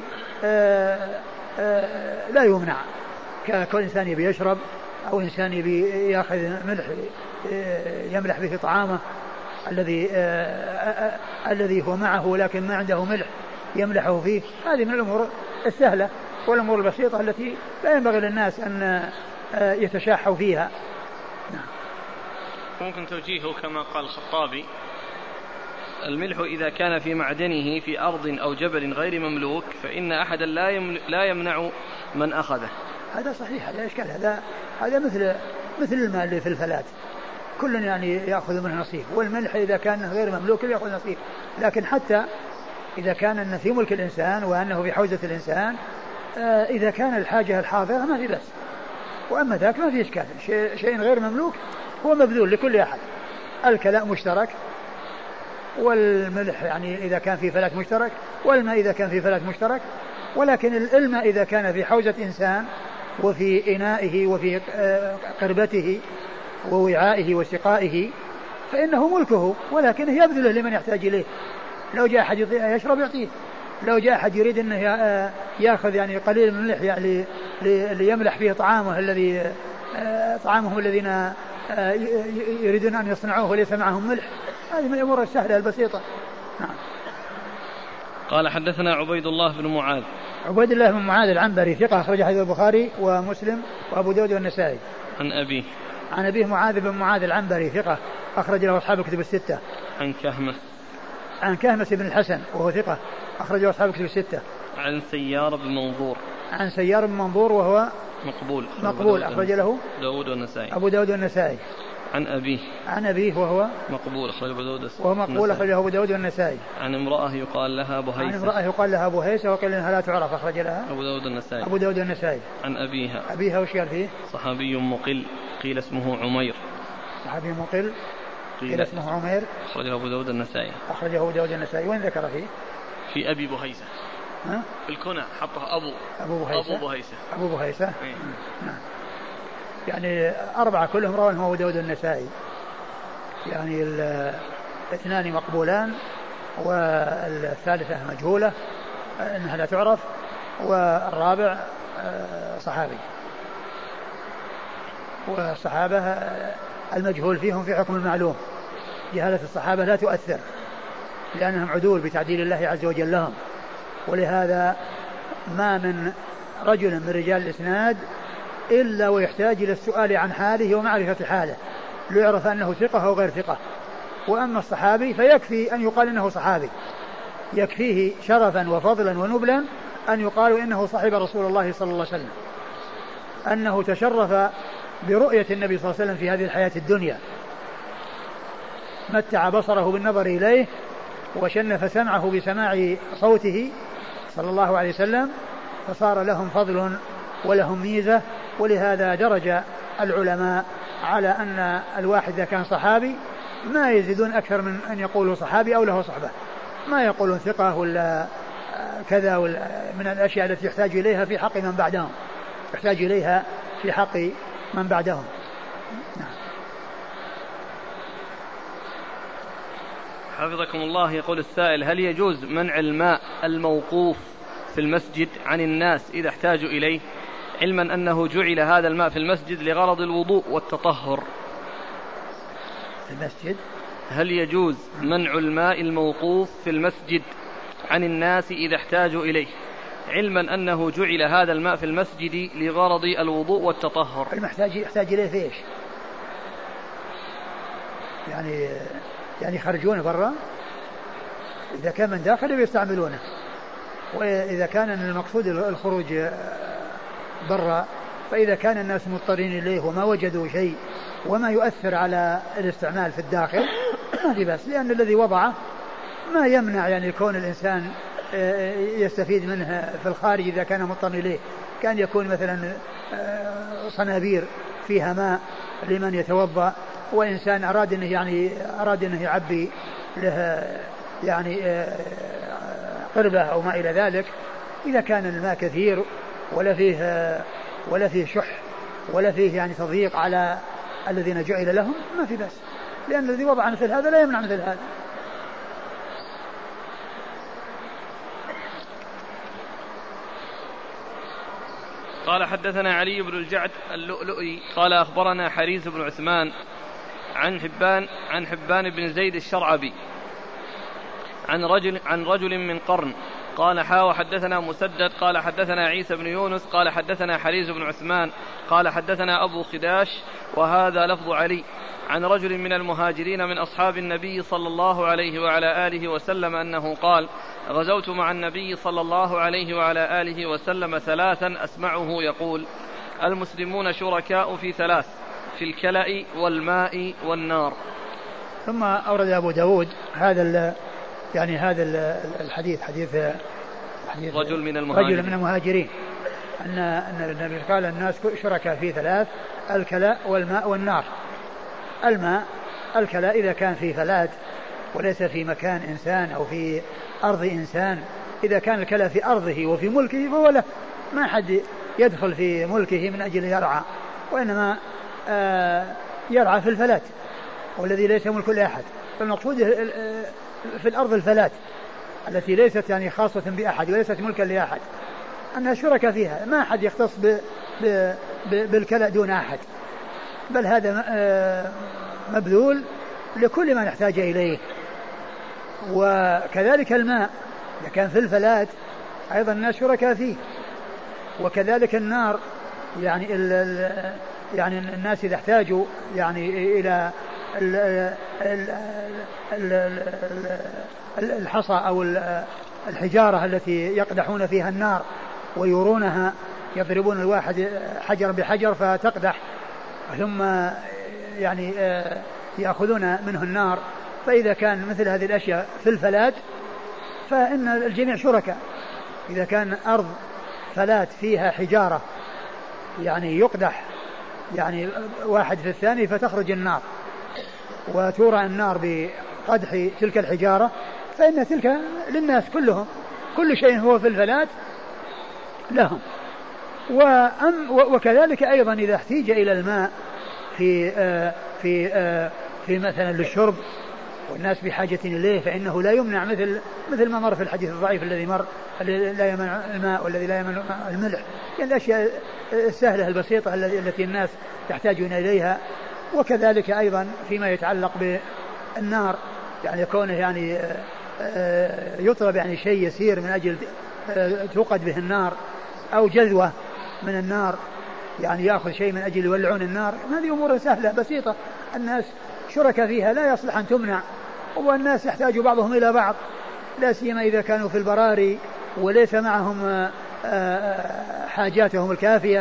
لا يمنع، ككل إنسان يبي يشرب أو إنسان يبي يأخذ ملح يملح به طعامه الذي الذي هو معه ولكن ما عنده ملح يملحه فيه. هذه من الأمور السهلة والأمور البسيطة التي لا ينبغي للناس أن يتشاحوا فيها. ممكن توجيهه كما قال الخطابي: الملح إذا كان في معدنه في أرض أو جبل غير مملوك فإن أحدا لا لا يمنع من أخذه. هذا صحيح، هذا إشكال، هذا هذا مثل مثل الماء اللي في الفلات، كل يعني يأخذ منه نصيب، والملح إذا كان غير مملوك يأخذ نصيب، لكن حتى إذا كان أنه في ملك الإنسان وأنه في حوزة الإنسان آه إذا كان الحاجة الحاضرة ما في بس، وأما ذاك ما في إشكال، شيء, شيء غير مملوك هو مبذول لكل أحد. الكلاء مشترك، والملح يعني إذا كان في فلك مشترك، والماء إذا كان في فلك مشترك. ولكن الماء إذا كان في حوزة إنسان وفي إنائه وفي قربته ووعائه وسقائه فإنه ملكه، ولكن يبذله لمن يحتاج إليه. لو جاء أحد يشرب يعطيه، لو جاء أحد يريد أنه يأخذ يعني قليل من الملح يعني ليملح فيه طعامه الذي طعامهم الذين يريدون أن يصنعوه وليس معهم ملح، هذه من الأمور السهلة البسيطة. نعم. قال حدثنا عبيد الله بن معاذ. عبيد الله بن معاذ العنبري ثقة أخرج حديث البخاري ومسلم وأبو داود والنسائي. عن أبيه. عن أبيه معاذ بن معاذ العنبري ثقة أخرج له أصحاب الكتب الستة. عن كهمس. عن كهمس بن الحسن وهو ثقة أخرج له أصحاب الكتب الستة. عن سيار بن منظور. عن سيار بن منظور وهو مقبول. مقبول أخرج له داود والنسائي. أبو داود والنسائي. عن أبيه. عن أبيه وهو مقبول أخرج أبو داود وهو مقبول أخرج أبو داود والنسائي. عن امرأة يقال لها بهيسة. عن امرأة يقال لها بهيسة وقيل إنها لا تعرف أخرج لها أبو داود والنسائي. أبو داود والنسائي. عن أبيها. أبيها وش قال فيه؟ صحابي مقل قيل اسمه عمير. صحابي مقل قيل اسمه عمير أخرجه أبو داود النسائي. أخرجه أبو داود النسائي. وين ذكر فيه؟ في أبي بهيسة. ها؟ في الكنى حطها أبو أبو بهيسة. أبو بهيسة. أبو بهيسة. إيه؟ نعم. يعني أربعة كلهم رواه أبو داود النسائي، يعني الاثنان مقبولان والثالثة مجهولة أنها لا تعرف، والرابع صحابي. والصحابة المجهول فيهم في حكم المعلوم، جهالة الصحابة لا تؤثر لأنهم عدول بتعديل الله عز وجل لهم. ولهذا ما من رجل من رجال الإسناد إلا ويحتاج إلى السؤال عن حاله ومعرفة حاله ليعرف أنه ثقة أو غير ثقة. وأما الصحابي فيكفي أن يقال إنه صحابي، يكفيه شرفا وفضلا ونبلا أن يقال إنه صاحب رسول الله صلى الله عليه وسلم، أنه تشرف برؤية النبي صلى الله عليه وسلم في هذه الحياة الدنيا، متع بصره بالنظر إليه وشنف سمعه بسماع صوته صلى الله عليه وسلم، فصار لهم فضل ولهم ميزة. ولهذا درج العلماء على أن الواحد إذا كان صحابي ما يزيدون أكثر من أن يقولوا صحابي أو له صحبة، ما يقولون ثقة ولا كذا من الأشياء التي يحتاج إليها في حق من بعدهم، يحتاج إليها في حق من بعدهم. نعم. حفظكم الله. يقول السائل: هل يجوز منع الماء الموقوف في المسجد عن الناس إذا احتاجوا إليه، علما أنه جعل هذا الماء في المسجد لغرض الوضوء والتطهر؟ المسجد هل يجوز منع الماء الموقوف في المسجد عن الناس إذا احتاجوا إليه، علما أنه جعل هذا الماء في المسجد لغرض الوضوء والتطهر؟ المحتاج يحتاج إليه في إيش؟ يعني يعني يخرجونه برا، إذا كان من داخل يستعملونه، وإذا كان المقصود الخروج برا فإذا كان الناس مضطرين إليه وما وجدوا شيء وما يؤثر على الاستعمال في الداخل ما في بس، لأن الذي وضعه ما يمنع يعني كون الإنسان يستفيد منه في الخارج إذا كان مضطر إليه. كان يكون مثلا صنابير فيها ماء لمن يتوضأ، وإنسان أراد أنه يعني أراد أنه يعبي له يعني قربة أو ما إلى ذلك، إذا كان الماء كثير ولا فيه ولا فيه شح ولا فيه يعني تضييق على الذين جعل لهم ما في بس، لأن الذي وضع مثل هذا لا يمنع مثل هذا. قال حدثنا علي بن الجعد اللؤلؤي قال أخبرنا حريز بن عثمان عن حبان عن حبان بن زيد الشرعبي عن رجل عن رجل من قرن قال حا وحدثنا مسدد قال حدثنا عيسى بن يونس قال حدثنا حريز بن عثمان قال حدثنا أبو خداش وهذا لفظ علي عن رجل من المهاجرين من أصحاب النبي صلى الله عليه وعلى آله وسلم أنه قال: غزوت مع النبي صلى الله عليه وعلى آله وسلم ثلاثا أسمعه يقول: المسلمون شركاء في ثلاث، في الكلأ والماء والنار. ثم أورد أبو داود هذا يعني هذا الحديث حديث, حديث رجل من المهاجرين, رجل من المهاجرين أن, أن النبي قال: الناس شركاء في ثلاث، الكلاء والماء والنار. الماء الكلى إذا كان في فلات وليس في مكان إنسان أو في أرض إنسان، إذا كان الكلى في أرضه وفي ملكه فهو له، ما حد يدخل في ملكه من أجل يرعى، وإنما آه يرعى في الفلات والذي ليس ملك لأحد. فالمقصود في الأرض الفلات التي ليست يعني خاصة بأحد وليست ملكا لأحد أنها شركة فيها، ما أحد يختص ب ب ب بالكلى دون أحد، بل هذا مبذول لكل ما نحتاج إليه. وكذلك الماء إذا كان في الفلات أيضا الناس شركاء فيه، وكذلك النار يعني ال ال يعني الناس إذا احتاجوا يعني إلى ال ال ال ال الحصى أو الحجارة التي يقدحون فيها النار ويورونها، يضربون الواحد حجر بحجر فتقدح، ثم يعني يأخذون منه النار. فإذا كان مثل هذه الأشياء في الفلات فإن الجميع شركاء. إذا كان أرض فلات فيها حجارة يعني يقدح يعني واحد في الثاني فتخرج النار وتورى النار بقدح تلك الحجارة، فإن تلك للناس كلهم، كل شيء هو في الفلات لهم. وأم وكذلك أيضا إذا احتيج إلى الماء في آه في آه في مثلا للشرب والناس بحاجة إليه فإنه لا يمنع، مثل مثل ما مر في الحديث الضعيف الذي مر الذي لا يمنع الماء والذي لا يمنع الملح، يعني الأشياء السهلة البسيطة التي الناس يحتاجون إليها. وكذلك أيضا فيما يتعلق بالنار يعني كونه يعني يطلب يعني شيء يسير من أجل توقد به النار أو جذوة من النار، يعني يأخذ شيء من أجل يولعون النار، هذه أمور سهلة بسيطة الناس شركاء فيها لا يصلح أن تمنع، والناس يحتاج بعضهم إلى بعض، لا سيما إذا كانوا في البراري وليس معهم حاجاتهم الكافية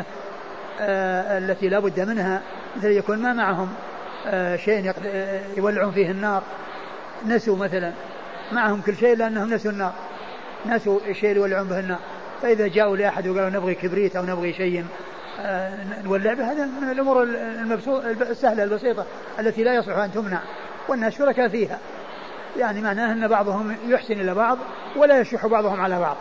التي لا بد منها، مثل يكون ما معهم شيء يولعون فيه النار، نسوا مثلا معهم كل شيء لأنهم نسوا النار، نسوا الشيء يولعون به النار، فإذا جاءوا لأحد وقالوا نبغي كبريت أو نبغي شيء نولع به، هذا من الأمور السهلة البسيطة التي لا يصلح أن تمنع، والناس شركاء فيها، يعني معناه أن بعضهم يحسن إلى بعض ولا يشح بعضهم على بعض.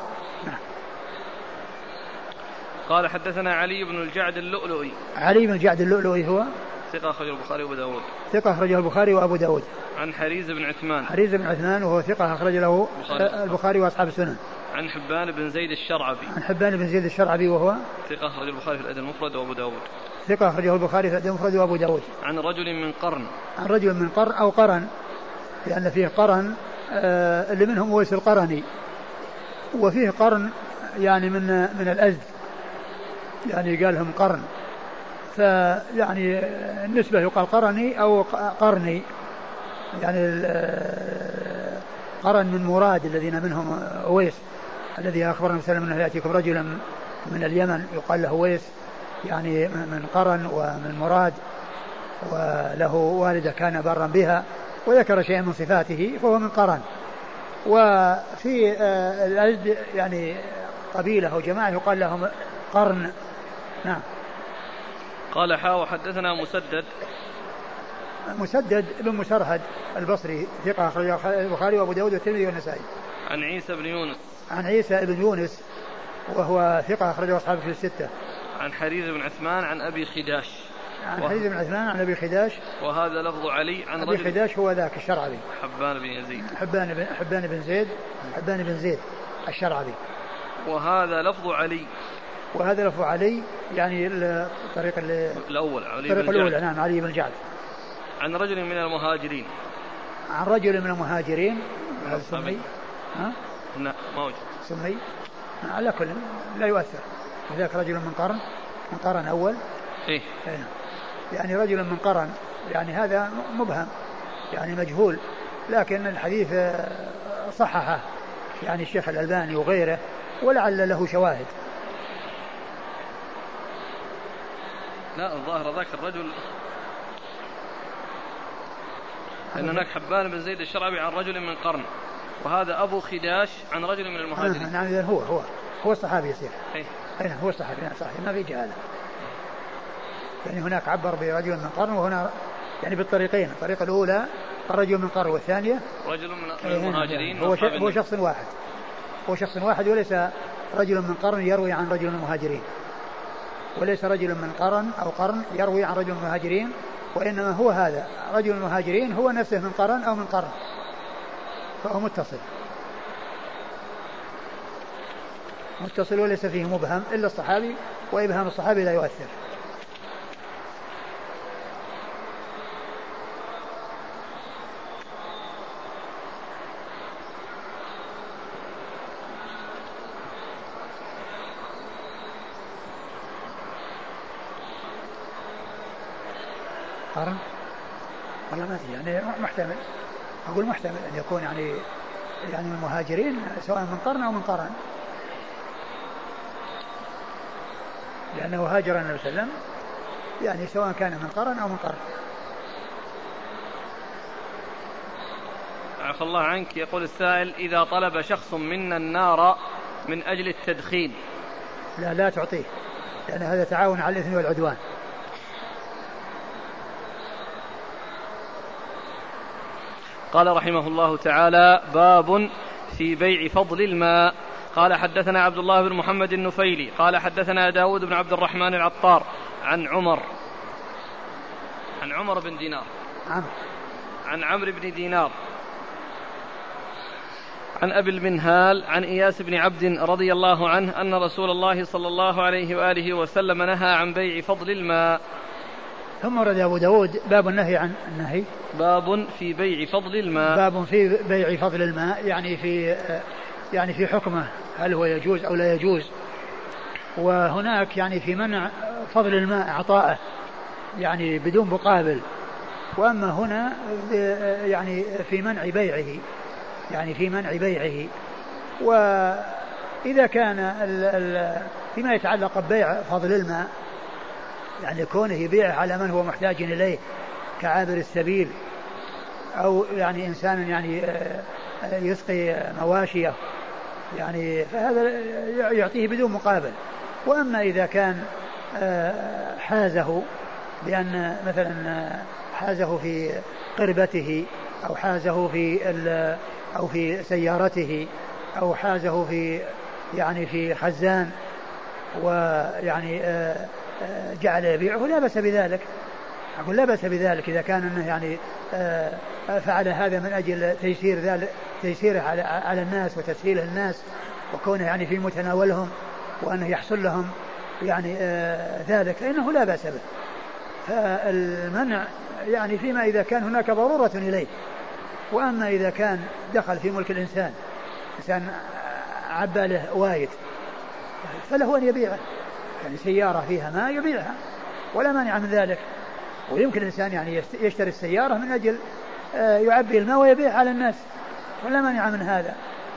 قال حدثنا علي بن الجعد اللؤلؤي. علي بن الجعد اللؤلؤي هو ثقة أخرجه البخاري وأبو داود. ثقة أخرجه البخاري وأبو داود. عن حريز بن عثمان. حريز بن عثمان وهو ثقة أخرج له البخاري وأصحاب السنن. عن حبان بن زيد الشرعبي. عن حبان بن زيد الشرعبي وهو ثقة أخرجه البخاري في الأدب المفرد وأبو داود. ثقة أخرجه البخاري في الأدب المفرد وأبو داود. عن رجل من قرن. عن رجل من قرن أو قرن، لأن فيه قرن آه اللي منهم ويس القرني، وفيه قرن يعني من من الأزد، يعني قالهم قرن، فيعني النسبة يقال قرني أو قرني، يعني قرن من مراد الذين منهم ويس الذي أخبرنا مثلا أنه يأتيكم رجلا من اليمن يقال له ويس، يعني من قرن ومن مراد، وله والدة كان برا بها، وذكر شيئا من صفاته فهو من قرن. وفي الأزد يعني قبيلة أو جماعة يقال لهم قرن. نعم. قال حا وحدثنا مسدد. مسدد بن مسرهد البصري ثقة أخرجه البخاري وأبو داود والترمذي والنسائي. عن عيسى بن يونس. عن عيسى بن يونس وهو ثقة أخرجه أصحابه في الستة. عن حريز بن عثمان عن أبي خداش. عن حريز بن عثمان عن أبي خداش. وهذا لفظ علي عن أبي رجل. خداش هو ذاك الشرعبي. حبان بن يزيد. حبان بن حبان بن زيد حبان بن زيد الشرعبي. وهذا لفظ علي. وهذا لفظ علي يعني الطريق الأول علي الطريق الأولى. نعم علي بن الجعد. عن رجل من المهاجرين. عن رجل من المهاجرين. هذا سمي. ها؟ لا ما وجد. سمي. على كل لا يؤثر. وذاك رجل من قرن من قرن أول. إيه. يعني رجل من قرن يعني هذا مبهم يعني مجهول، لكن الحديث صححه يعني الشيخ الألباني وغيره، ولعل له شواهد. لا الظاهر ذاك الرجل أن هناك حبان بن زيد الشرعبي عن رجل من قرن، وهذا أبو خداش عن رجل من المهاجرين. نعم إذن هو هو هو الصحابي يصير. إيه. أين هو الصحابي؟ صحيح ما في جهالة، يعني هناك عبر برجل من قرن وهنا يعني بالطريقين. الطريقة الأولى رجل من قرن، والثانية رجل من المهاجرين. هو, هو شخص واحد هو شخص واحد وليس رجل من قرن يروي عن رجل من المهاجرين، وليس رجل من قرن أو قرن يروي عن رجل من المهاجرين، وإنما هو هذا رجل من المهاجرين هو نفسه من قرن أو من قرن، فهو متصل متصل وليس فيه مبهم إلا الصحابي، وإبهام الصحابي لا يؤثر. قرن والله ما في، يعني محتمل، أقول محتمل أن يكون يعني يعني من المهاجرين سواء من قرن أو من قرن، لأنه هاجر النبي صلى الله عليه وسلم يعني سواء كان من قرن أو من قرن. عفى الله عنك. يقول السائل: إذا طلب شخص منا النار من أجل التدخين. لا لا تعطيه، لأن هذا تعاون على الإثم والعدوان. قال رحمه الله تعالى: باب في بيع فضل الماء. قال: حدثنا عبد الله بن محمد النفيلي قال: حدثنا داود بن عبد الرحمن العطار عن عمر عن عمر بن دينار عم. عن عمرو بن دينار عن أبي المنهال عن إياس بن عبد رضي الله عنه أن رسول الله صلى الله عليه وآله وسلم نهى عن بيع فضل الماء. ثم ورد أبو داود باب النهي عن النهي باب في بيع فضل الماء. باب في بيع فضل الماء، يعني في يعني في حكمه هل هو يجوز أو لا يجوز، وهناك يعني في منع فضل الماء عطاءه يعني بدون مقابل، وأما هنا يعني في منع بيعه يعني في منع بيعه. وإذا كان ال ال فيما يتعلق ببيع فضل الماء يعني كونه يبيعه على من هو محتاج إليه كعابر السبيل أو يعني إنسان يعني يسقي مواشيه يعني، فهذا يعطيه بدون مقابل. وأما إذا كان حازه بأن مثلا حازه في قربته أو حازه في أو في سيارته أو حازه في يعني في خزان ويعني جعل يبيعه لا بأس بذلك. أقول لا بأس بذلك إذا كان أنه يعني فعل هذا من أجل تيسير ذلك تيسيره على على الناس وتسهيل الناس وكونه يعني في متناولهم وأنه يحصل لهم يعني ذلك فإنه لا بأس به. فالمنع يعني فيما إذا كان هناك ضرورة إليه. وأما إذا كان دخل في ملك الإنسان إنسان عباله وايد فله أن يبيعه، يعني سيارة فيها ماء يبيعها ولا مانع من ذلك. ويمكن الإنسان يعني يشتري السيارة من أجل يعبي الماء ويبيع على الناس ولا مانع من هذا.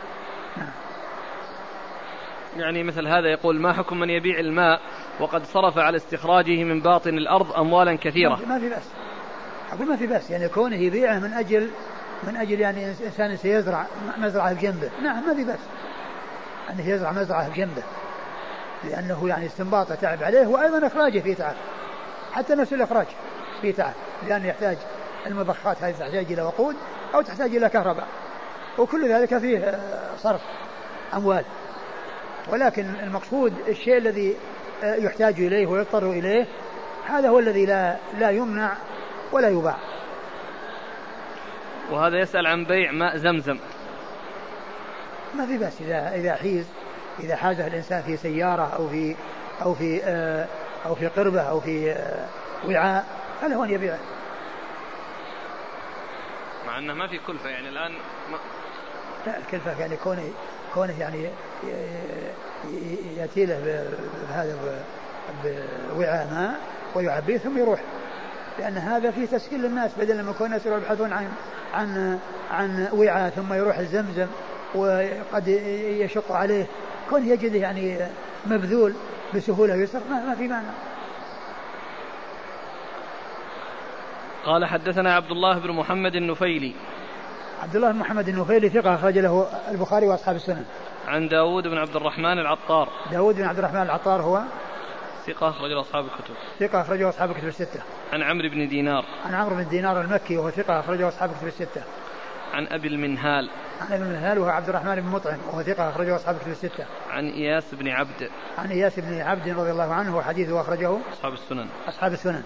يعني مثل هذا يقول: ما حكم من يبيع الماء وقد صرف على استخراجه من باطن الأرض أموالا كثيرة؟ ما في بأس، أقول ما في بأس، يعني كونه يبيعه من أجل من أجل يعني إنسان سيزرع مزرعة بجنبه، نعم ما في بأس أنه يزرع مزرعة بجنبه، لأنه يعني استنباطه تعب عليه وأيضا إخراجه فيه تعب، حتى نفس الإخراج فيه تعب، لأنه يحتاج المضخات هذه تحتاج إلى وقود أو تحتاج إلى كهرباء، وكل ذلك فيه صرف أموال. ولكن المقصود الشيء الذي يحتاج إليه ويضطر إليه هذا هو الذي لا لا يمنع ولا يباع. وهذا يسأل عن بيع ماء زمزم. ما في بأس إذا إذا حيز إذا حازه الإنسان في سيارة أو في أو في أو في قربة أو في وعاء هذا هو أن يبيعه، مع أنه ما في كلفة يعني الآن ما... لا الكلفة يعني كونه كونه يعني يأتي له بهذا بوعاء ماء ويعبيه ثم يروح، لأن هذا فيه تسهيل للناس، بدل لما يكون الناس يبحثون عن عن عن وعاء ثم يروح الزمزم وقد يشق عليه، كون يجده يعني مبذول بسهولة ويسر ما في معنى. قال: حدثنا عبد الله بن محمد النفيلي. عبد الله بن محمد النفيلي ثقة أخرج له البخاري وأصحاب السنن. عن داود بن عبد الرحمن العطار. داود بن عبد الرحمن العطار هو ثقة أخرج له أصحاب الكتب. ثقة أخرج له أصحاب الكتب الستة. عن عمرو بن دينار. عن عمرو بن دينار المكي وهو ثقة أخرجه أصحاب الكتب الستة. عن أبي المنهال. عن أبي المنهال وهو عبد الرحمن بن مطعم وهو ثقة أخرجه أصحاب الكتب الستة. عن إياس بن عبد. عن إياس بن عبد رضي الله عنه وحديثه أخرجه أصحاب السنن. أصحاب السنن.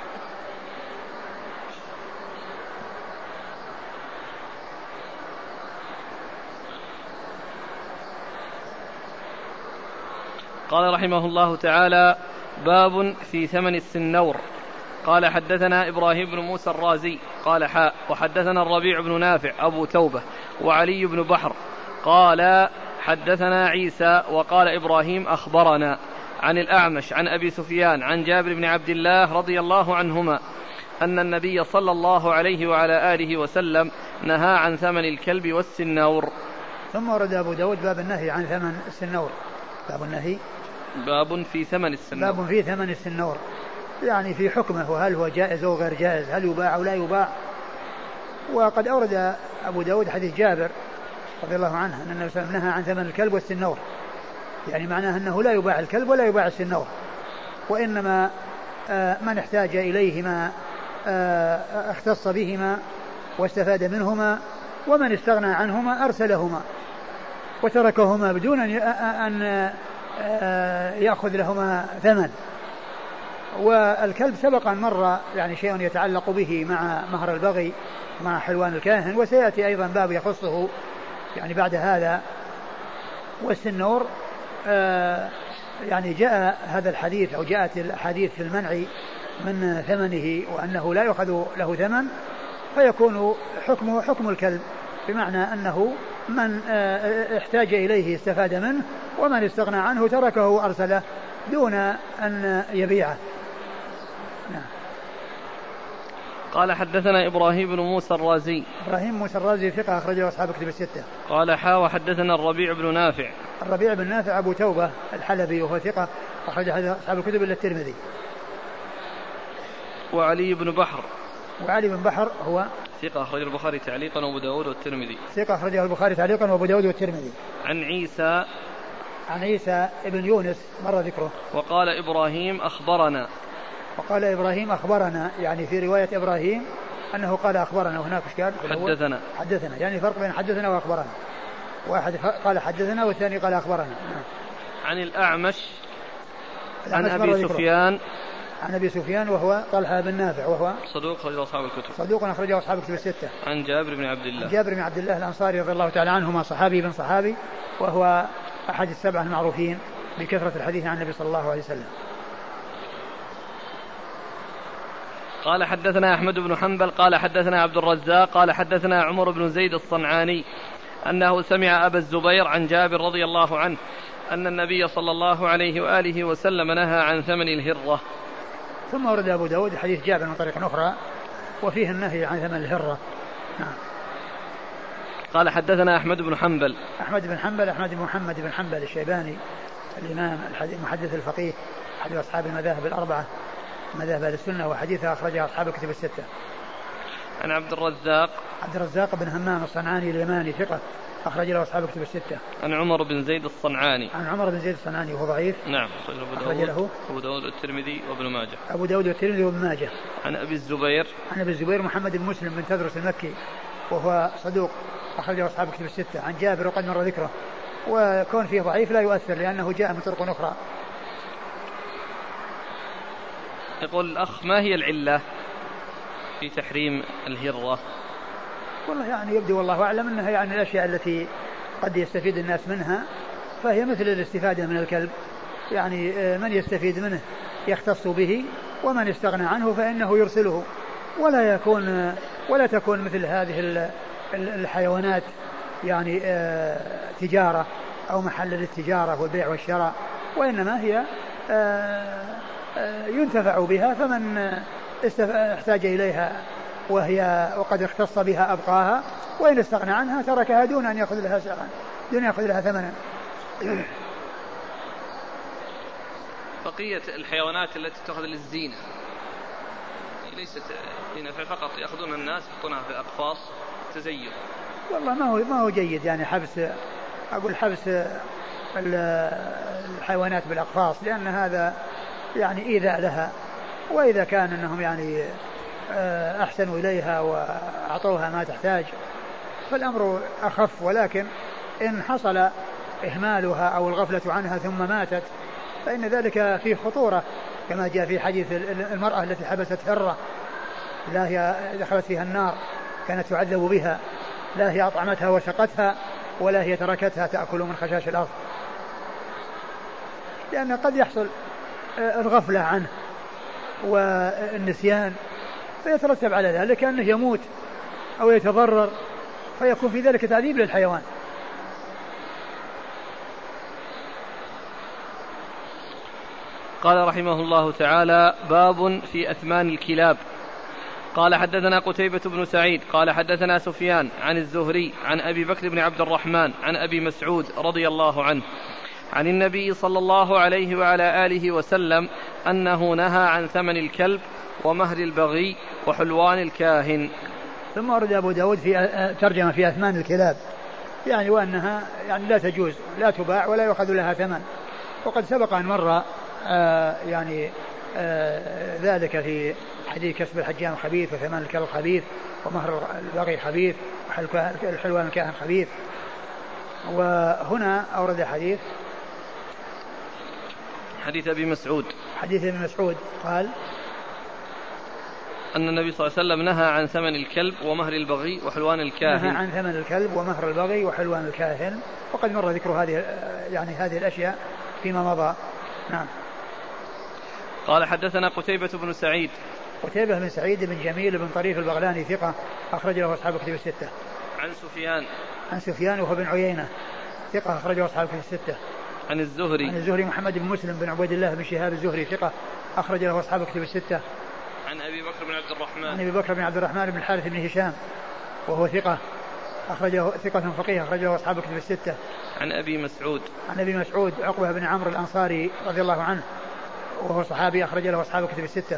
قال رحمه الله تعالى: باب في ثمن السنور. قال حدثنا إبراهيم بن موسى الرازي قال حاء وحدثنا الربيع بن نافع أبو توبة وعلي بن بحر قال حدثنا عيسى وقال إبراهيم أخبرنا عن الأعمش عن أبي سفيان عن جابر بن عبد الله رضي الله عنهما أن النبي صلى الله عليه وعلى آله وسلم نهى عن ثمن الكلب والسنور. ثم ورد أبو داود باب النهي عن ثمن السنور. باب النهي باب في ثمن السنور. باب في ثمن السنور، يعني في حكمه وهل هو جائز أو غير جائز، هل يباع أو لا يباع. وقد أورد أبو داود حديث جابر رضي الله عنه أن النبي صلى الله عليه وسلم نهى عن ثمن الكلب والسنور، يعني معناه أنه لا يباع الكلب ولا يباع السنور، وإنما من احتاج إليهما اختص بهما واستفاد منهما، ومن استغنى عنهما أرسلهما وتركهما بدون أن يأخذ لهما ثمن. والكلب سبق أن مر يعني شيء يتعلق به مع مهر البغي مع حلوان الكاهن، وسيأتي أيضا باب يخصه يعني بعد هذا. والسنور يعني جاء هذا الحديث أو جاءت الحديث في المنع من ثمنه وأنه لا يأخذ له ثمن، فيكون حكمه حكم الكلب، بمعنى أنه من احتاج إليه استفاد منه، ومن استغنى عنه تركه وأرسله دون أن يبيعه. نعم. قال حدثنا إبراهيم بن موسى الرازي. إبراهيم موسى الرازي ثقة أخرجه أصحاب كتب الستة. قال حا وحدثنا الربيع بن نافع. الربيع بن نافع أبو توبة الحلبي وهو ثقة أخرجه أصحاب الكتب إلا الترمذي. وعلي بن بحر. وعلي بن بحر هو ثقة أخرجه البخاري تعليقا وأبو داود والترمذي. ثقة أخرجه البخاري تعليقا وأبو داود والترمذي. عن عيسى. عن عيسى ابن يونس مر ذكره. وقال إبراهيم أخبرنا. وقال إبراهيم أخبرنا، يعني في رواية إبراهيم أنه قال أخبرنا، وهناك إشكال حدثنا. حدثنا يعني فرق بين حدثنا وأخبرنا، واحد قال حدثنا والثاني قال أخبرنا. عن الأعمش عن أبي سفيان. عن أبي سفيان وهو طلحة بن نافع وهو صدوق أخرجه أصحاب الكتب. صدوق أخرجه أصحاب الكتب الستة. عن جابر بن عبد الله. جابر بن عبد الله الأنصاري رضي الله تعالى عنهما، صحابي بن صحابي، وهو أحد السبعة المعروفين بكثرة الحديث عن النبي صلى الله عليه وسلم. قال حدثنا أحمد بن حنبل قال حدثنا عبد الرزاق قال حدثنا عمر بن زيد الصنعاني أنه سمع أبا الزبير عن جابر رضي الله عنه أن النبي صلى الله عليه وآله وسلم نهى عن ثمن الهرة. ثم ورد أبو داود حديث جابر من طريق أخرى وفيه النهي عن ثمن الهرة. نعم. قال حدثنا أحمد بن حنبل. أحمد بن حنبل أحمد بن محمد بن حنبل الشيباني الإمام المحدث الفقيه أحد أصحاب المذاهب الأربعة مذاهب أهل السنة، وحديثه أخرجه أصحاب الكتب الستة. عن عبد الرزاق. عبد الرزاق بن همام الصنعاني اليماني ثقة أخرج له أصحاب الكتب الستة. عن عمر بن زيد الصنعاني. عن عمر بن زيد الصنعاني وهو ضعيف. نعم. أخرج له أبو داود والترمذي وابن ماجه. أبو داود والترمذي وابن ماجه. عن أبي الزبير. عن أبي الزبير محمد بن مسلم بن تدرس المكي وهو صدوق أخرجه أصحاب الكتب الستة. عن جابر وقد مر ذكره، وكون فيه ضعيف لا يؤثر لأنه جاء من طرق أخرى. يقول الأخ: ما هي العلة في تحريم الهرة؟ والله يعني يبدو والله أعلم أنها يعني الأشياء التي قد يستفيد الناس منها، فهي مثل الاستفادة من الكلب، يعني من يستفيد منه يختص به، ومن استغنى عنه فإنه يرسله، ولا يكون ولا تكون مثل هذه الحيوانات يعني تجارة أو محل للتجارة والبيع والشراء، وإنما هي ينتفع بها، فمن احتاج إليها وهي وقد اختص بها أبقاها، وإن استغنى عنها تركها دون أن يأخذ لها سعرا دون يأخذ لها ثمنا. بقية الحيوانات التي تأخذ للزينة ليست لنفع فقط، يأخذون الناس يحطونها في أقفاص تزين. والله ما هو ما هو جيد يعني حبس، أقول حبس الحيوانات بالأقفاص، لأن هذا يعني إيذاء لها، وإذا كان أنهم يعني أحسنوا إليها وأعطوها ما تحتاج فالأمر أخف، ولكن إن حصل إهمالها أو الغفلة عنها ثم ماتت فإن ذلك فيه خطورة، كما جاء في حديث المرأة التي حبست هرة، لا هي دخلت فيها النار كانت تعذب بها، لا هي أطعمتها وسقتها ولا هي تركتها تأكل من خشاش الأرض، لأن قد يحصل الغفلة عنه والنسيان فيترتب على ذلك أنه يموت أو يتضرر فيكون في ذلك تعذيب للحيوان. قال رحمه الله تعالى: باب في أثمان الكلاب. قال حدثنا قتيبة بن سعيد قال حدثنا سفيان عن الزهري عن أبي بكر بن عبد الرحمن عن أبي مسعود رضي الله عنه عن النبي صلى الله عليه وعلى آله وسلم أنه نهى عن ثمن الكلب ومهر البغي وحلوان الكاهن. ثم ورد أبو داود في ترجمة في أثمان الكلاب، يعني وأنها يعني لا تجوز، لا تباع ولا يؤخذ لها ثمن، وقد سبق أن مر آه يعني آه ذلك في حديث كسب الحجام خبيث وثمن الكلب خبيث ومهر البغي خبيث وحلوان الكاهن خبيث. وهنا أورد حديث حديث أبي مسعود حديث أبي مسعود قال أن النبي صلى الله عليه وسلم نهى عن ثمن الكلب ومهر البغي وحلوان الكاهن. نهى عن ثمن الكلب ومهر البغي وحلوان الكاهن، وقد مر ذكر هذه يعني هذه الأشياء فيما مضى. نعم. قال حدثنا قتيبة بن سعيد قتيبة بن سعيد بن جميل بن طريف البغلاني ثقة أخرج له أصحاب الكتب الستة. عن سفيان عن سفيان وهو بن عيينة ثقة أخرج له أصحاب الكتب الستة. عن الزهري عن الزهري محمد بن مسلم بن عبيد الله بن شهاب الزهري ثقة أخرج له أصحاب الكتب الستة. عن أبي بكر بن عبد الرحمن عن أبي بكر بن عبد الرحمن بن الحارث بن هشام وهو ثقة أخرجه ثقة فقيه أخرجه أصحاب الكتب الستة. عن أبي مسعود عن أبي مسعود عقبة بن عمرو الأنصاري رضي الله عنه وهو صحابي أخرج له أصحاب الكتب الستة.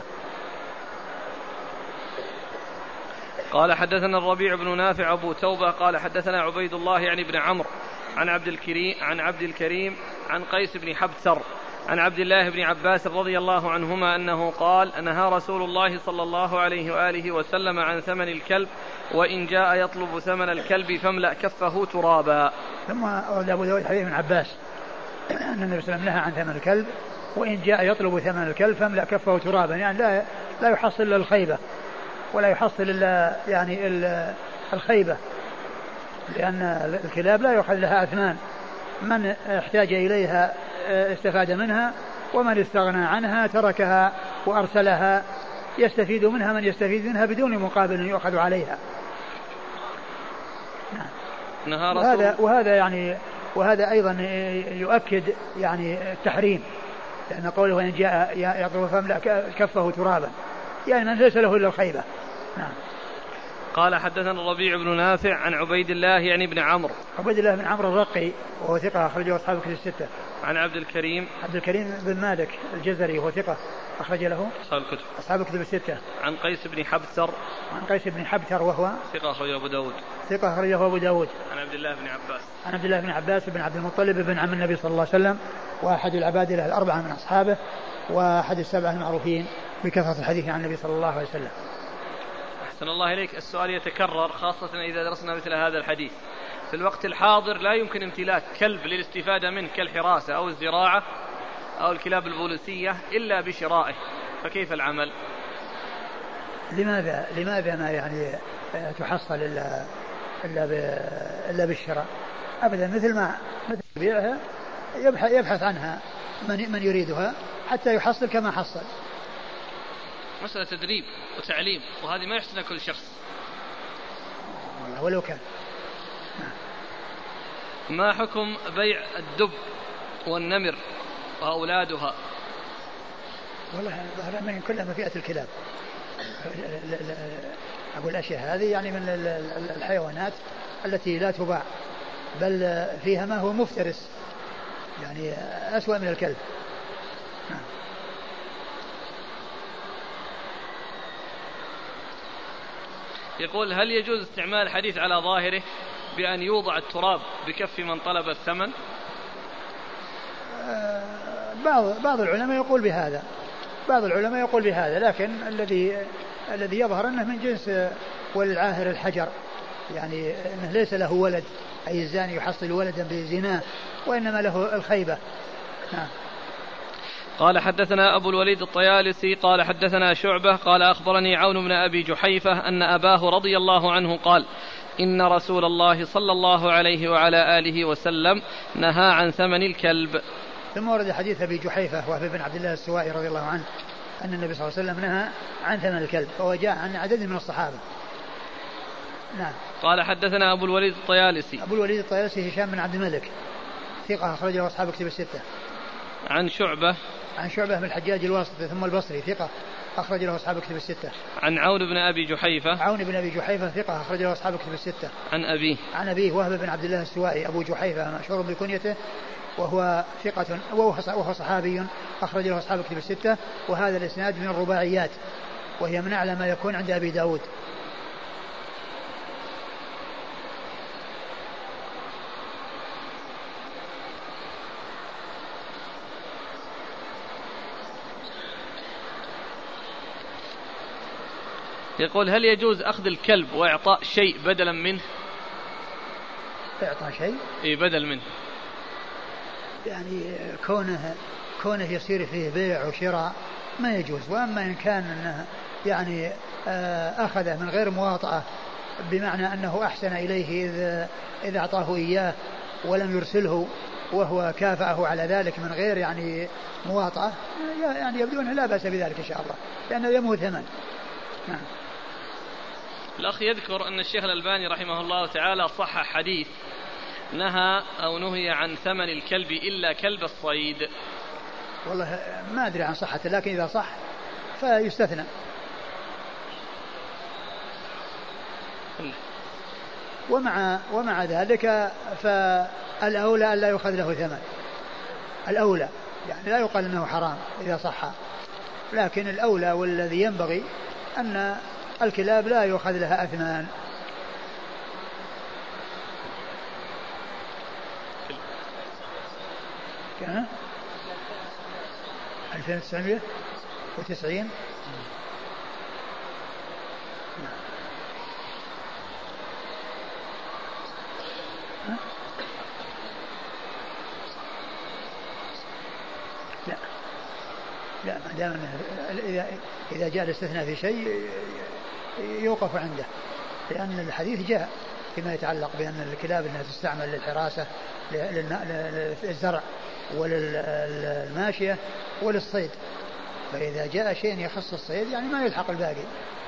قال حدثنا الربيع بن نافع أبو توبة قال حدثنا عبيد الله يعني بن عمرو عن عبد الكريم عن عبد الكريم عن قيس بن حبثر عن عبد الله بن عباس رضي الله عنهما أنه قال: نهى رسول الله صلى الله عليه وآله وسلم عن ثمن الكلب، وإن جاء يطلب ثمن الكلب فاملأ كفه ترابا. ثم أورد أبو داود حديث ابن عباس أن النبي صلى الله عليه وسلم نهى عن ثمن الكلب، وإن جاء يطلب ثمن الكلب فاملأ كفه ترابا، يعني لا لا يحصل إلا الخيبة ولا يحصل إلا يعني الخيبة، لأن الكلاب لا يؤخذ لها أثمان، من احتاج إليها استفاد منها، ومن استغنى عنها تركها وأرسلها، يستفيد منها من يستفيد منها بدون مقابل يؤخذ عليها. نهار وهذا, وهذا يعني وهذا أيضا يؤكد يعني التحريم، لأن قوله وإن جاء يطلب فاملأ كفه ترابا، يعني من ليس له إلا الخيبة. نعم. قال حدثنا الربيع بن نافع عن عبيد الله يعني بن عمرو عبيد الله بن عمرو الرقي وهو ثقة أخرجه أصحاب الكتب الستة. عن عبد الكريم عبد الكريم بن مالك الجزري وهو ثقة أخرج له أصحاب الكتب أصحاب الكتب الستة. عن قيس بن حبثر عن قيس بن حبثر وهو ثقة أخرجه أبو داود ثقة أخرجه أبو داود. عن عبد الله بن عباس عن عبد الله بن عباس بن عبد المطلب بن عم النبي صلى الله عليه وسلم، وأحد العبادلة الأربعة من أصحابه، وأحد السبعة المعروفين بكثرة الحديث عن النبي صلى الله عليه وسلم. أحسن الله إليك. السؤال يتكرر خاصة إذا درسنا مثل هذا الحديث. في الوقت الحاضر لا يمكن امتلاك كلب للاستفادة منه كالحراسة أو الزراعة أو الكلاب البوليسية إلا بشرائه، فكيف العمل؟ لماذا لماذا ما يعني تحصل إلا إلا إلا بالشراء؟ أبدا، مثل ما مثل بيعها يبحث يبحث عنها من من يريدها حتى يحصل كما حصل. مسألة تدريب وتعليم، وهذه ما يحسنها كل شخص والله ولو كان. ما حكم بيع الدب والنمر وأولادها؟ والله هذا من كلها من فئة الكلاب. أقول الأشياء هذه يعني من الحيوانات التي لا تباع، بل فيها ما هو مفترس، يعني أسوأ من الكلب. يقول: هل يجوز استعمال الحديث على ظاهره بأن يوضع التراب بكف من طلب الثمن؟ بعض بعض العلماء يقول بهذا، بعض العلماء يقول بهذا، لكن الذي الذي يظهر أنه من جنس والعاهر الحجر، يعني أنه ليس له ولد، أي الزاني يحصل ولدا بزناه، وإنما له الخيبة. نعم. قال حدثنا أبو الوليد الطيالسي قال حدثنا شعبة قال أخبرني عون بن أبي جحيفة أن أباه رضي الله عنه قال إن رسول الله صلى الله عليه وعلى آله وسلم نهى عن ثمن الكلب. ثم ورد حديث أبي جحيفة وهو بن عبد الله السوائي رضي الله عنه أن النبي صلى الله عليه وسلم نهى عن ثمن الكلب، فهو جاء عن عدد من الصحابة. نعم. قال حدثنا أبو الوليد الطيالسي. أبو الوليد الطيالسي هشام بن عبد الملك ثقة أخرج له أصحاب كتب الستة. عن شعبة. عن شعبة بن الحجاج الواسطي ثم البصري ثقة أخرج له أصحاب كتب الستة. عن عون بن أبي جحيفة. عون بن أبي جحيفة ثقة أخرج له أصحاب كتب الستة. عن أبيه. عن أبيه وهب بن عبد الله السوائي أبو جحيفة مشهور بكنيته وهو ثقة وهو صحابي أخرج له أصحاب كتب الستة. وهذا الإسناد من الرباعيات وهي من أعلى ما يكون عند أبي داود. يقول هل يجوز أخذ الكلب وإعطاء شيء بدلا منه؟ إعطاء شيء؟ إيه بدل منه، يعني كونه كونه يصير فيه بيع وشراء ما يجوز. وأما إن كان أنه يعني أخذه من غير مواطأة بمعنى أنه أحسن إليه إذا إذا أعطاه إياه ولم يرسله وهو كافأه على ذلك من غير يعني مواطأة، يعني يبدو أنه لا بأس بذلك إن شاء الله لأنه يموت ثمن. نعم. الأخ يذكر أن الشيخ الألباني رحمه الله تعالى صح حديث نهى أو نهي عن ثمن الكلب إلا كلب الصيد. والله ما أدري عن صحته، لكن إذا صح فيستثنى. ومع ومع ذلك فالأولى ألا يؤخذ له ثمن، الأولى يعني لا يقال أنه حرام إذا صح، لكن الأولى والذي ينبغي أن الكلاب لا يؤخذ لها أثمان. كان ألفين وتسعمائة وتسعين. لا لا ما دام إذا إذا جاء الاستثناء في شيء يوقف عنده، لأن الحديث جاء فيما يتعلق بأن الكلاب أنها تستعمل للحراسة للزرع وللماشية وللصيد، فإذا جاء شيء يخص الصيد يعني ما يلحق الباقي.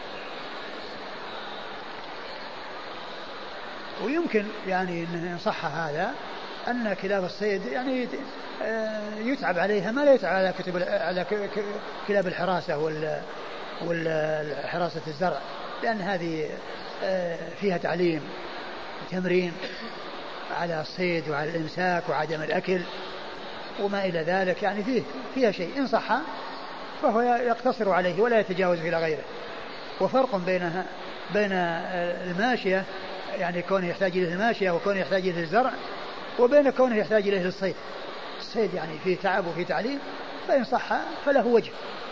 ويمكن يعني إن صح هذا أن كلاب الصيد يعني يتعب عليها ما لا يتعب على كتب على كلاب الحراسة والحراسة الزرع، لأن هذه فيها تعليم وتمرين على الصيد وعلى الإمساك وعدم الأكل وما إلى ذلك، يعني فيه فيها شيء إن صح فهو يقتصر عليه ولا يتجاوز إلى غيره. وفرق بينها بين الماشية يعني كونه يحتاج إليه الماشية وكونه يحتاج إليه الزرع، وبين كونه يحتاج إليه الصيد. الصيد يعني فيه تعب وفيه تعليم، فإن صح فله وجه.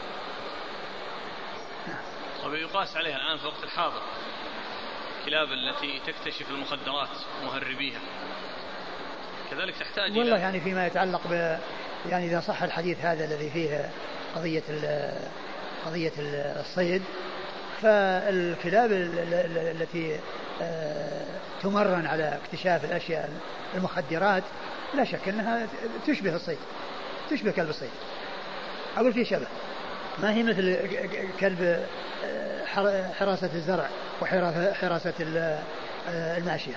ويقاس عليها الآن في وقت الحاضر الكلاب التي تكتشف المخدرات ومهربيها كذلك تحتاج والله يعني فيما يتعلق ب يعني إذا صح الحديث هذا الذي فيه قضية قضية الصيد، فالكلاب التي تمرن على اكتشاف الأشياء المخدرات لا شك أنها تشبه الصيد، تشبه كلب الصيد، أقول فيه شبه، ما هي مثل كلب حراسة الزرع وحراسة الماشية.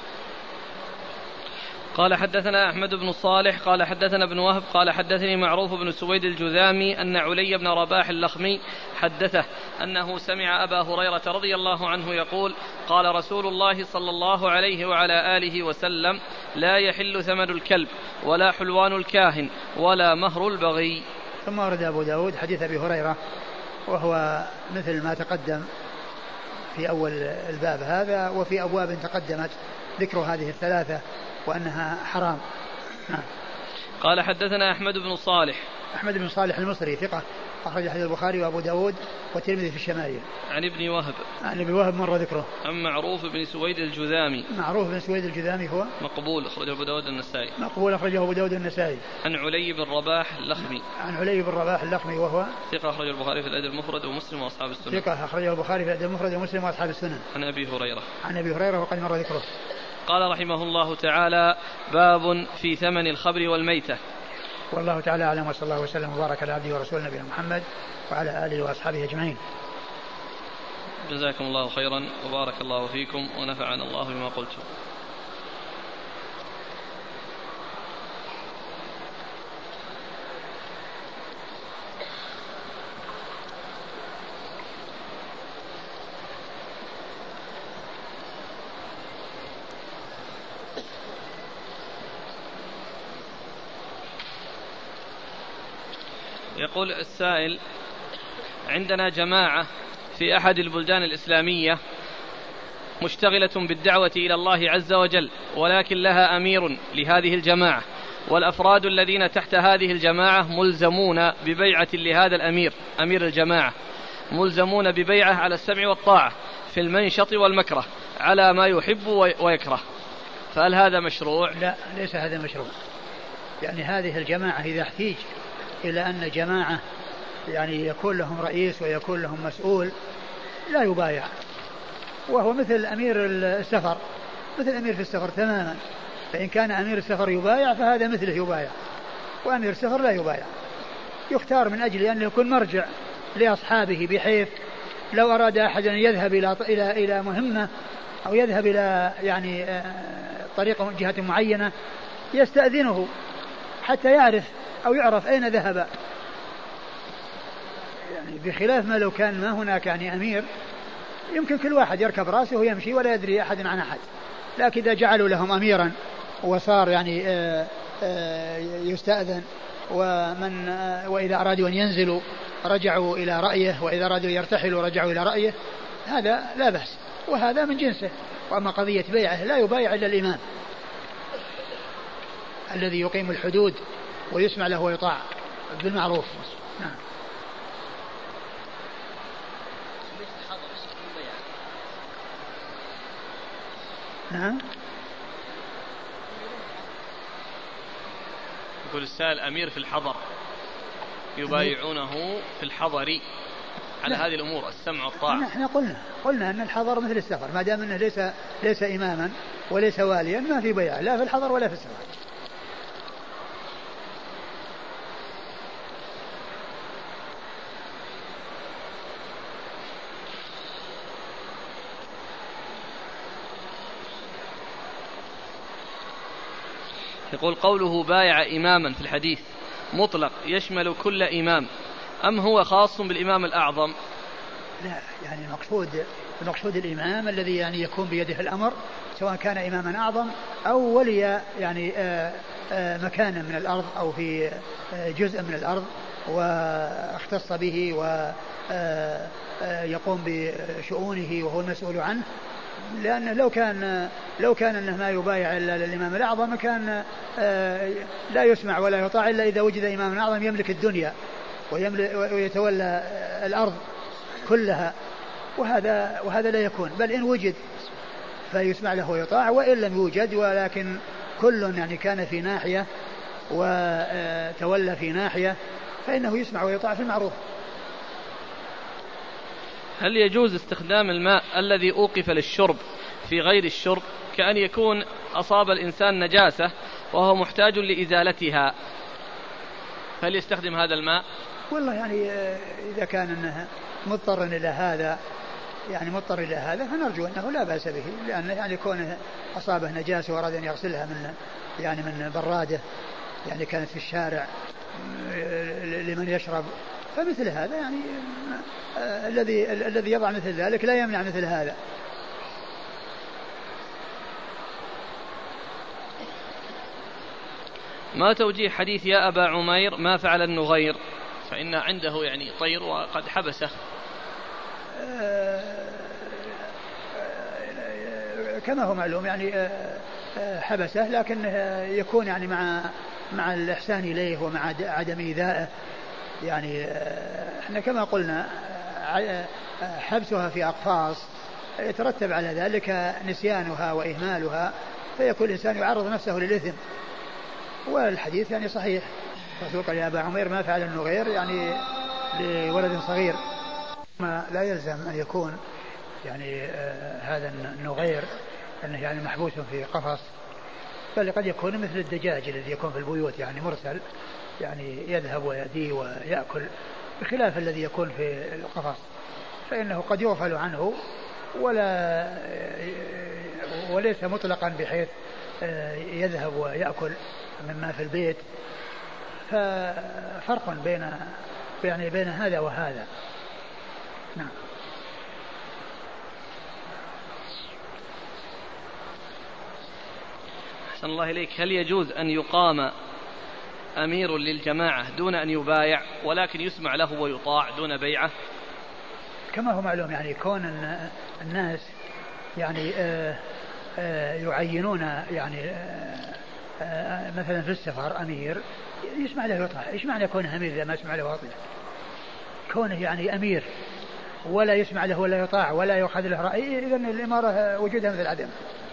قال حدثنا أحمد بن صالح قال حدثنا ابن وهب قال حدثني معروف بن سويد الجذامي أن علي بن رباح اللخمي حدثه أنه سمع أبا هريرة رضي الله عنه يقول قال رسول الله صلى الله عليه وعلى آله وسلم لا يحل ثمن الكلب ولا حلوان الكاهن ولا مهر البغي. ثم ورد أبو داود حديث أبي هريرة وهو مثل ما تقدم في أول الباب هذا وفي أبواب تقدمت ذكر هذه الثلاثة وأنها حرام. قال حدثنا أحمد بن صالح. أحمد بن صالح المصري ثقة أخرج حديث البخاري وأبو داود والترمذي في الشمائل. عن ابن وهب. عن ابن وهب مر ذكره. عن معروف بن سويد الجذامي. معروف بن سويد الجذامي هو مقبول أخرجه أبو داود النسائي. مقبول أخرجه أبو داود النسائي. عن علي بن رباح اللخمي. عن علي بن رباح اللخمي وهو ثقة أخرجه البخاري في الأدب المفرد ومسلم وأصحاب السنن. ثقة أخرجه البخاري في الأدب المفرد ومسلم وأصحاب السنن. عن أبي هريرة. عن أبي هريرة وقد مر ذكره. قال رحمه الله تعالى: باب في ثمن الخبر والميتة. والله تعالى أعلم، وصلى الله وسلم وبارك على عبده ورسوله نبينا محمد وعلى آله وأصحابه أجمعين. جزاكم الله خيرا وبارك الله فيكم ونفعنا الله بما قلتم. يقول السائل: عندنا جماعة في أحد البلدان الإسلامية مشتغلة بالدعوة إلى الله عز وجل، ولكن لها أمير لهذه الجماعة، والأفراد الذين تحت هذه الجماعة ملزمون ببيعة لهذا الأمير، أمير الجماعة ملزمون ببيعة على السمع والطاعة في المنشط والمكره على ما يحب ويكره، فهل هذا مشروع؟ لا، ليس هذا مشروع. يعني هذه الجماعة إذا احتيج إلى أن جماعة يعني يكون لهم رئيس ويكون لهم مسؤول لا يبايع، وهو مثل أمير السفر، مثل أمير في السفر تماما. فإن كان أمير السفر يبايع فهذا مثله يبايع، وأمير السفر لا يبايع. يختار من أجل أن يكون مرجع لأصحابه، بحيث لو أراد أحد أن يذهب إلى إلى إلى مهمة أو يذهب إلى يعني طريق جهة معينة يستأذنه حتى يعرف أو يعرف أين ذهب، يعني بخلاف ما لو كان ما هناك يعني أمير يمكن كل واحد يركب رأسه ويمشي ولا يدري أحد عن أحد. لكن إذا جعلوا لهم أميرا وصار يعني آآ آآ يستأذن، ومن وإذا أرادوا أن ينزلوا رجعوا إلى رأيه، وإذا أرادوا يرتحلوا رجعوا إلى رأيه، هذا لا بأس، وهذا من جنسه. وأما قضية بيعه لا يبايع إلا الإمام الذي يقيم الحدود ويسمع له ويطاع بالمعروف. نعم. نعم. يقول السائل: أمير في الحضر يبايعونه في الحضر على هذه الأمور السمع والطاعة. نحن قلنا قلنا أن الحضر مثل السفر، ما دام أنه ليس ليس إماما وليس واليا ما في بيع لا في الحضر ولا في السفر. يقول: قوله بايع إماما في الحديث مطلق يشمل كل إمام أم هو خاص بالإمام الأعظم؟ لا، يعني المقصود المقصود الإمام الذي يعني يكون بيده الأمر، سواء كان إماما أعظم أو ولي يعني آآ آآ مكانا من الأرض أو في جزء من الأرض واختص به ويقوم بشؤونه وهو المسؤول عنه. لأن لو كان لو كان أنه ما يبايع إلا للإمام الأعظم كان لا يسمع ولا يطاع إلا إذا وجد إمام أعظم يملك الدنيا ويتولى الأرض كلها، وهذا وهذا لا يكون. بل إن وجد فيسمع له ويطاع، وإن لم يوجد ولكن كل يعني كان في ناحية وتولى في ناحية فإنه يسمع ويطاع في المعروف. هل يجوز استخدام الماء الذي أوقف للشرب في غير الشرب، كأن يكون أصاب الإنسان نجاسة وهو محتاج لإزالتها، هل يستخدم هذا الماء؟ والله يعني إذا كان أنه مضطر إلى هذا يعني مضطر إلى هذا فنرجو أنه لا بأس به، لأن يعني كونه أصابه نجاسة وأراد أن يغسلها من يعني من برادة يعني كانت في الشارع لمن يشرب، فمثل هذا يعني آه الذي الذي يضع مثل ذلك لا يمنع مثل هذا. ما توجيه حديث يا أبا عمير ما فعل النغير، فإن عنده يعني طير وقد حبسه؟ آه كما هو معلوم يعني آه حبسه، لكن يكون يعني مع مع الإحسان إليه ومع عدم إيذائه، يعني احنا كما قلنا حبسها في أقفاص يترتب على ذلك نسيانها وإهمالها، فيكون الإنسان يعرض نفسه للإثم. والحديث يعني صحيح، الرسول قال يا أبا عمير ما فعل النغير يعني لولد صغير، ما لا يلزم أن يكون يعني آه هذا النغير أنه يعني محبوس في قفص، بل قد يكون مثل الدجاج الذي يكون في البيوت يعني مرسل، يعني يذهب ويأتي ويأكل، بخلاف الذي يكون في القفص فإنه قد يغفل عنه ولا وليس مطلقا بحيث يذهب ويأكل مما في البيت. ففرق بين يعني بين هذا وهذا. نعم. أحسن الله إليك. هل يجوز أن يقام أمير للجماعة دون أن يبايع ولكن يسمع له ويطاع دون بيعة؟ كما هو معلوم يعني كون الناس يعني آآ آآ يعينون يعني آآ مثلا في السفر أمير يسمع له ويطاع. إيش معنى كونه أمير إذا ما يسمع له ويطاع؟ كونه يعني أمير ولا يسمع له ولا يطاع ولا يؤخذ له رأي، إذن الإمارة وجودها مثل العدم.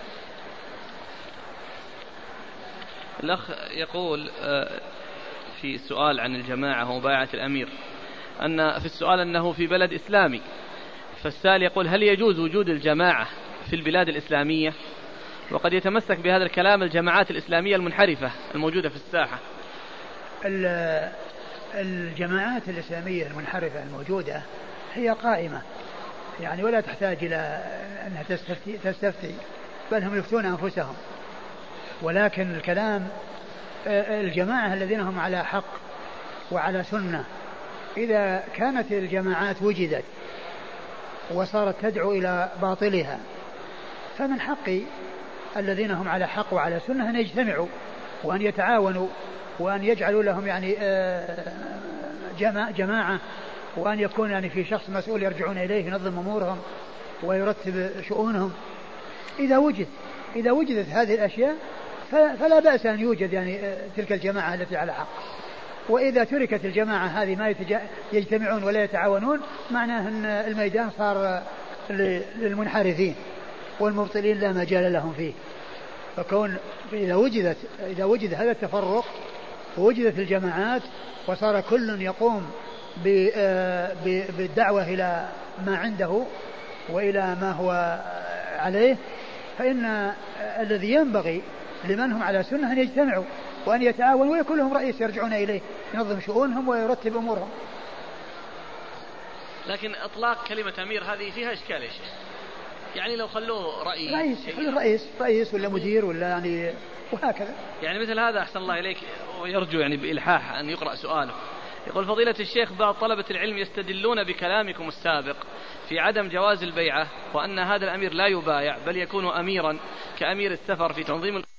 الأخ يقول في سؤال عن الجماعة ومبايعة الأمير أن في السؤال أنه في بلد إسلامي، فالسائل يقول هل يجوز وجود الجماعة في البلاد الإسلامية؟ وقد يتمسك بهذا الكلام الجماعات الإسلامية المنحرفة الموجودة في الساحة. الجماعات الإسلامية المنحرفة الموجودة هي قائمة يعني ولا تحتاج إلى أنها تستفتي, تستفتي بل هم يفتون أنفسهم. ولكن الكلام الجماعة الذين هم على حق وعلى سنة، إذا كانت الجماعات وجدت وصارت تدعو إلى باطلها فمن حق الذين هم على حق وعلى سنة أن يجتمعوا وأن يتعاونوا وأن يجعلوا لهم يعني جماعة، وأن يكون يعني في شخص مسؤول يرجعون إليه ينظم أمورهم ويرتب شؤونهم. إذا وجد إذا وجدت هذه الأشياء فلا بأس أن يوجد يعني تلك الجماعة التي على حق. وإذا تركت الجماعة هذه ما يجتمعون ولا يتعاونون معناه أن الميدان صار للمنحرفين والمبطلين لا مجال لهم فيه. فكون إذا وجدت إذا وجد هذا التفرق ووجدت الجماعات وصار كل يقوم بالدعوة إلى ما عنده وإلى ما هو عليه، فإن الذي ينبغي لمن هم على سنة أن يجتمعوا وأن يتعاونوا ويكون لهم رئيس يرجعون إليه ينظم شؤونهم ويرتب أمورهم. لكن إطلاق كلمة أمير هذه فيها إشكال يا شيخ، يعني لو خلوه رئيس رئيس خلوه رئيس رئيس ولا مدير ولا يعني وهكذا. يعني مثل هذا أحسن الله إليك ويرجو يعني بإلحاح أن يقرأ سؤاله. يقول فضيلة الشيخ بعض طلبة العلم يستدلون بكلامكم السابق في عدم جواز البيعة وأن هذا الأمير لا يبايع بل يكون أميرا كأمير السفر في تنظيم